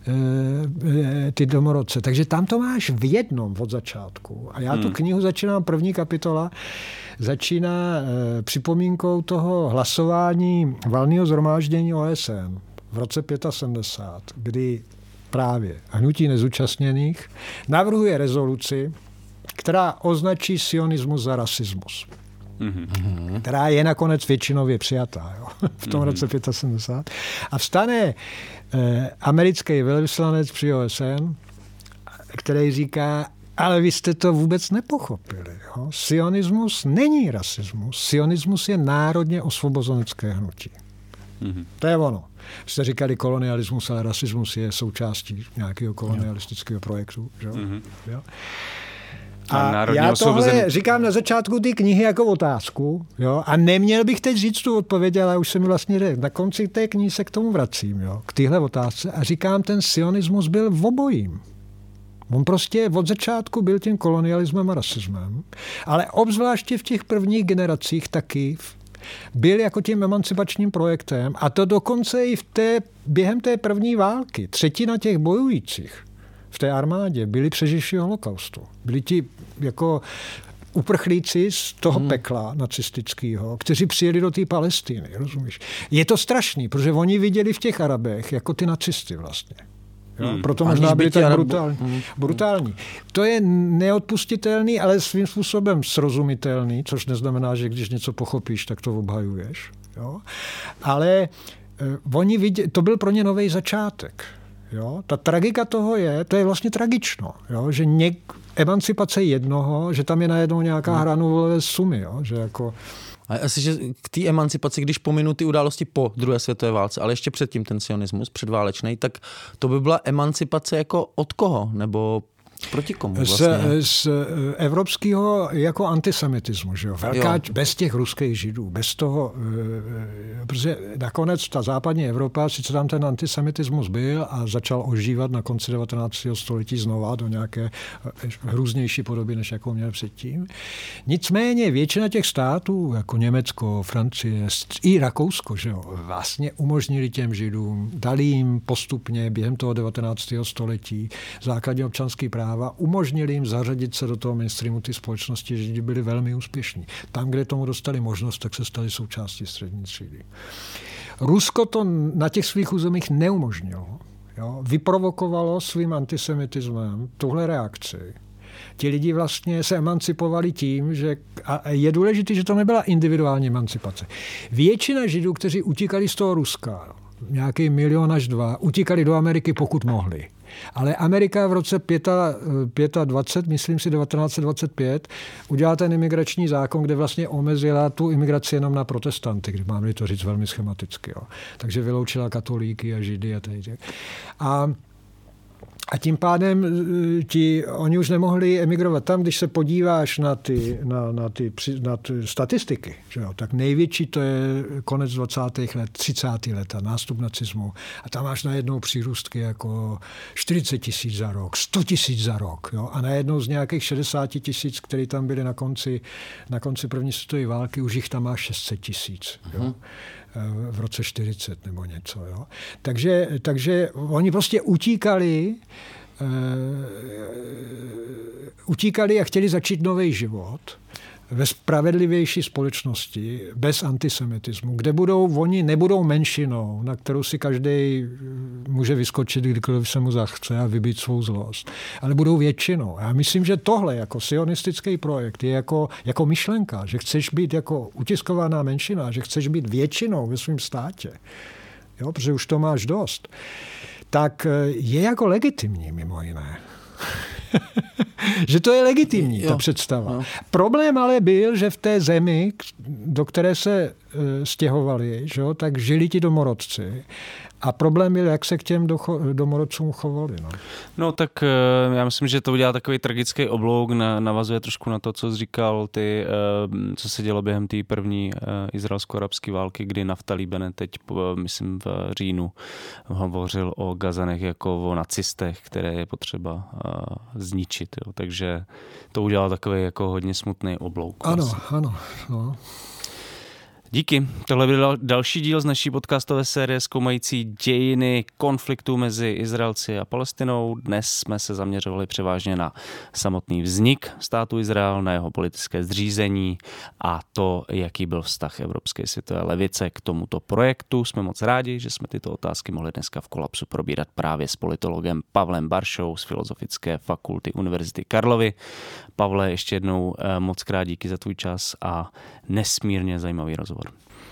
eh, ty domorodce. Takže tam to máš v jednom od začátku. A já tu knihu začínám, první kapitola, začíná e, připomínkou toho hlasování valného shromáždění O S N v roce sedmdesát pět, kdy právě hnutí nezúčastněných navrhuje rezoluci, která označí sionismus za rasismus. Mm-hmm. Která je nakonec většinově přijatá jo, v tom mm-hmm. roce sedmdesát pět. A vstane e, americký velvyslanec při O S N, který říká, ale vy jste to vůbec nepochopili. Jo? Sionismus není rasismus. Sionismus je národně osvobozenecké hnutí. Mm-hmm. To je ono. Jste říkali kolonialismus, ale rasismus je součástí nějakého kolonialistického projektu. Že? Mm-hmm. Jo? A, a já tohle osvobozen... říkám na začátku ty knihy jako otázku. Jo? A neměl bych teď říct tu odpověď, ale už jsem mi vlastně řekl. Na konci té knihy se k tomu vracím. Jo? K téhle otázce. A říkám, ten sionismus byl v obojím. On prostě od začátku byl tím kolonialismem a rasismem, ale obzvláště v těch prvních generacích taky byl jako tím emancipačním projektem a to dokonce i v té, během té první války. Třetina těch bojujících v té armádě byli přeživší holokaustu. Byli ti jako uprchlíci z toho hmm. pekla nacistického, kteří přijeli do té Palestiny, rozumíš? Je to strašný, protože oni viděli v těch Arabech jako ty nacisty vlastně. Jo? Hmm. Proto možná byli tak brutální. Hmm. brutální. To je neodpustitelný, ale svým způsobem srozumitelný, což neznamená, že když něco pochopíš, tak to obhajuješ. Jo? Ale uh, oni viděli, to byl pro ně nový začátek. Jo? Ta tragika toho je, to je vlastně tragično, jo? Že něk, emancipace jednoho, že tam je najednou nějaká hmm. hra nulové sumy. Jo? Že jako... A asi, že k té emancipaci, když pominu ty události po druhé světové válce, ale ještě předtím ten sionismus předválečný, tak to by byla emancipace jako od koho? Nebo proti komu vlastně? Z, z evropského jako antisemitismu, že jo? Velká, bez těch ruských židů, bez toho, protože nakonec ta západní Evropa, sice tam ten antisemitismus byl a začal ožívat na konci devatenáctého století znova do nějaké hrůznější podoby, než jakou měl předtím. Nicméně většina těch států, jako Německo, Francie, i Rakousko, že jo, vlastně umožnili těm židům, dali jim postupně během toho devatenáctého století základní občanský práva, umožnili jim zařadit se do toho mainstreamu ty společnosti, že byli velmi úspěšní. Tam, kde tomu dostali možnost, tak se stali součástí střední třídy. Rusko to na těch svých územích neumožnilo. Jo? Vyprovokovalo svým antisemitismem tuhle reakci. Ti lidi vlastně se emancipovali tím, že a je důležité, že to nebyla individuální emancipace. Většina Židů, kteří utíkali z toho Ruska, nějaký milion až dva, utíkali do Ameriky, pokud mohli. Ale Amerika v roce dvacet pět, myslím si devatenáct dvacet pět, udělala ten imigrační zákon, kde vlastně omezila tu imigraci jenom na protestanty, když mám-li to říct velmi schematicky. Jo. Takže vyloučila katolíky a židy a tady. A A tím pádem ti, oni už nemohli emigrovat. Tam, když se podíváš na ty, na, na ty, na ty statistiky, že jo, tak největší to je konec dvacátých let, třicátých let, nástup nacismu. A tam máš najednou přírůstky jako čtyřicet tisíc za rok, sto tisíc za rok. Jo, a najednou z nějakých šedesát tisíc, které tam byly na konci, na konci první světové války, už jich tam máš šest set tisíc. Jo. V roce čtyřicet nebo něco. Jo. Takže, takže oni prostě utíkali, uh, utíkali a chtěli začít nový život ve spravedlivější společnosti, bez antisemitismu, kde budou, oni nebudou menšinou, na kterou si každý může vyskočit, kdykoliv se mu zachce a vybít svou zlost, ale budou většinou. Já myslím, že tohle jako sionistický projekt je jako, jako myšlenka, že chceš být jako utiskovaná menšina, že chceš být většinou ve svém státě, jo, protože už to máš dost, tak je jako legitimní mimo jiné. Že to je legitimní, jo, ta představa. Jo. Problém ale byl, že v té zemi, do které se e, stěhovali, že jo, tak žili ti domorodci. A problém byl, jak se k těm domorodcům chovali. No. no tak já myslím, že to udělá takový tragický oblouk, navazuje trošku na to, co jsi říkal ty, co se dělo během té první izraelsko-arabské války, kdy Naftali Bennett teď, myslím v říjnu, hovořil o Gazanech jako o nacistech, které je potřeba zničit. Jo. Takže to udělá takový jako hodně smutný oblouk. Ano, vlastně. ano. No. Díky. Tohle byl další díl z naší podcastové série zkoumající dějiny konfliktu mezi Izraelci a Palestinou. Dnes jsme se zaměřovali převážně na samotný vznik státu Izrael, na jeho politické zřízení a to, jaký byl vztah Evropské světové levice k tomuto projektu. Jsme moc rádi, že jsme tyto otázky mohli dneska v Kolapsu probírat právě s politologem Pavlem Baršou z Filozofické fakulty Univerzity Karlovy. Pavle, ještě jednou moc krát díky za tvůj čas a nesmírně zajímavý rozhovor.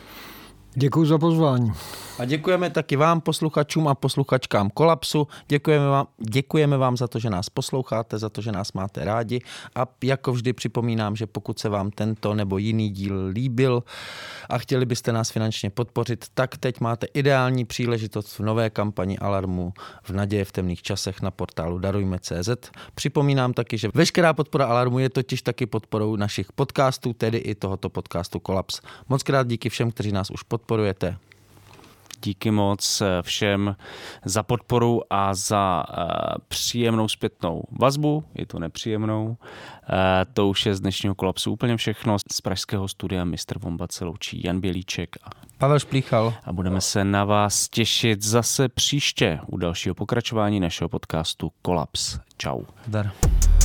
Děkuji za pozvání. A děkujeme taky vám, posluchačům a posluchačkám Kolapsu. Děkujeme vám, děkujeme vám za to, že nás posloucháte, za to, že nás máte rádi. A jako vždy připomínám, že pokud se vám tento nebo jiný díl líbil a chtěli byste nás finančně podpořit, tak teď máte ideální příležitost v nové kampani Alarmu v naděje v temných časech na portálu darujme tečka cé zet. Připomínám taky, že veškerá podpora Alarmu je totiž taky podporou našich podcastů, tedy i tohoto podcastu Kolaps. Moc krát díky všem, kteří nás už podporujete. Díky moc všem za podporu a za uh, příjemnou zpětnou vazbu, je to nepříjemnou. Uh, to už je z dnešního Kolapsu úplně všechno. Z pražského studia mistr Vombat se loučí Jan Bělíček a Pavel Šplíchal. A budeme se na vás těšit zase příště u dalšího pokračování našeho podcastu Kolaps. Čau. Dar.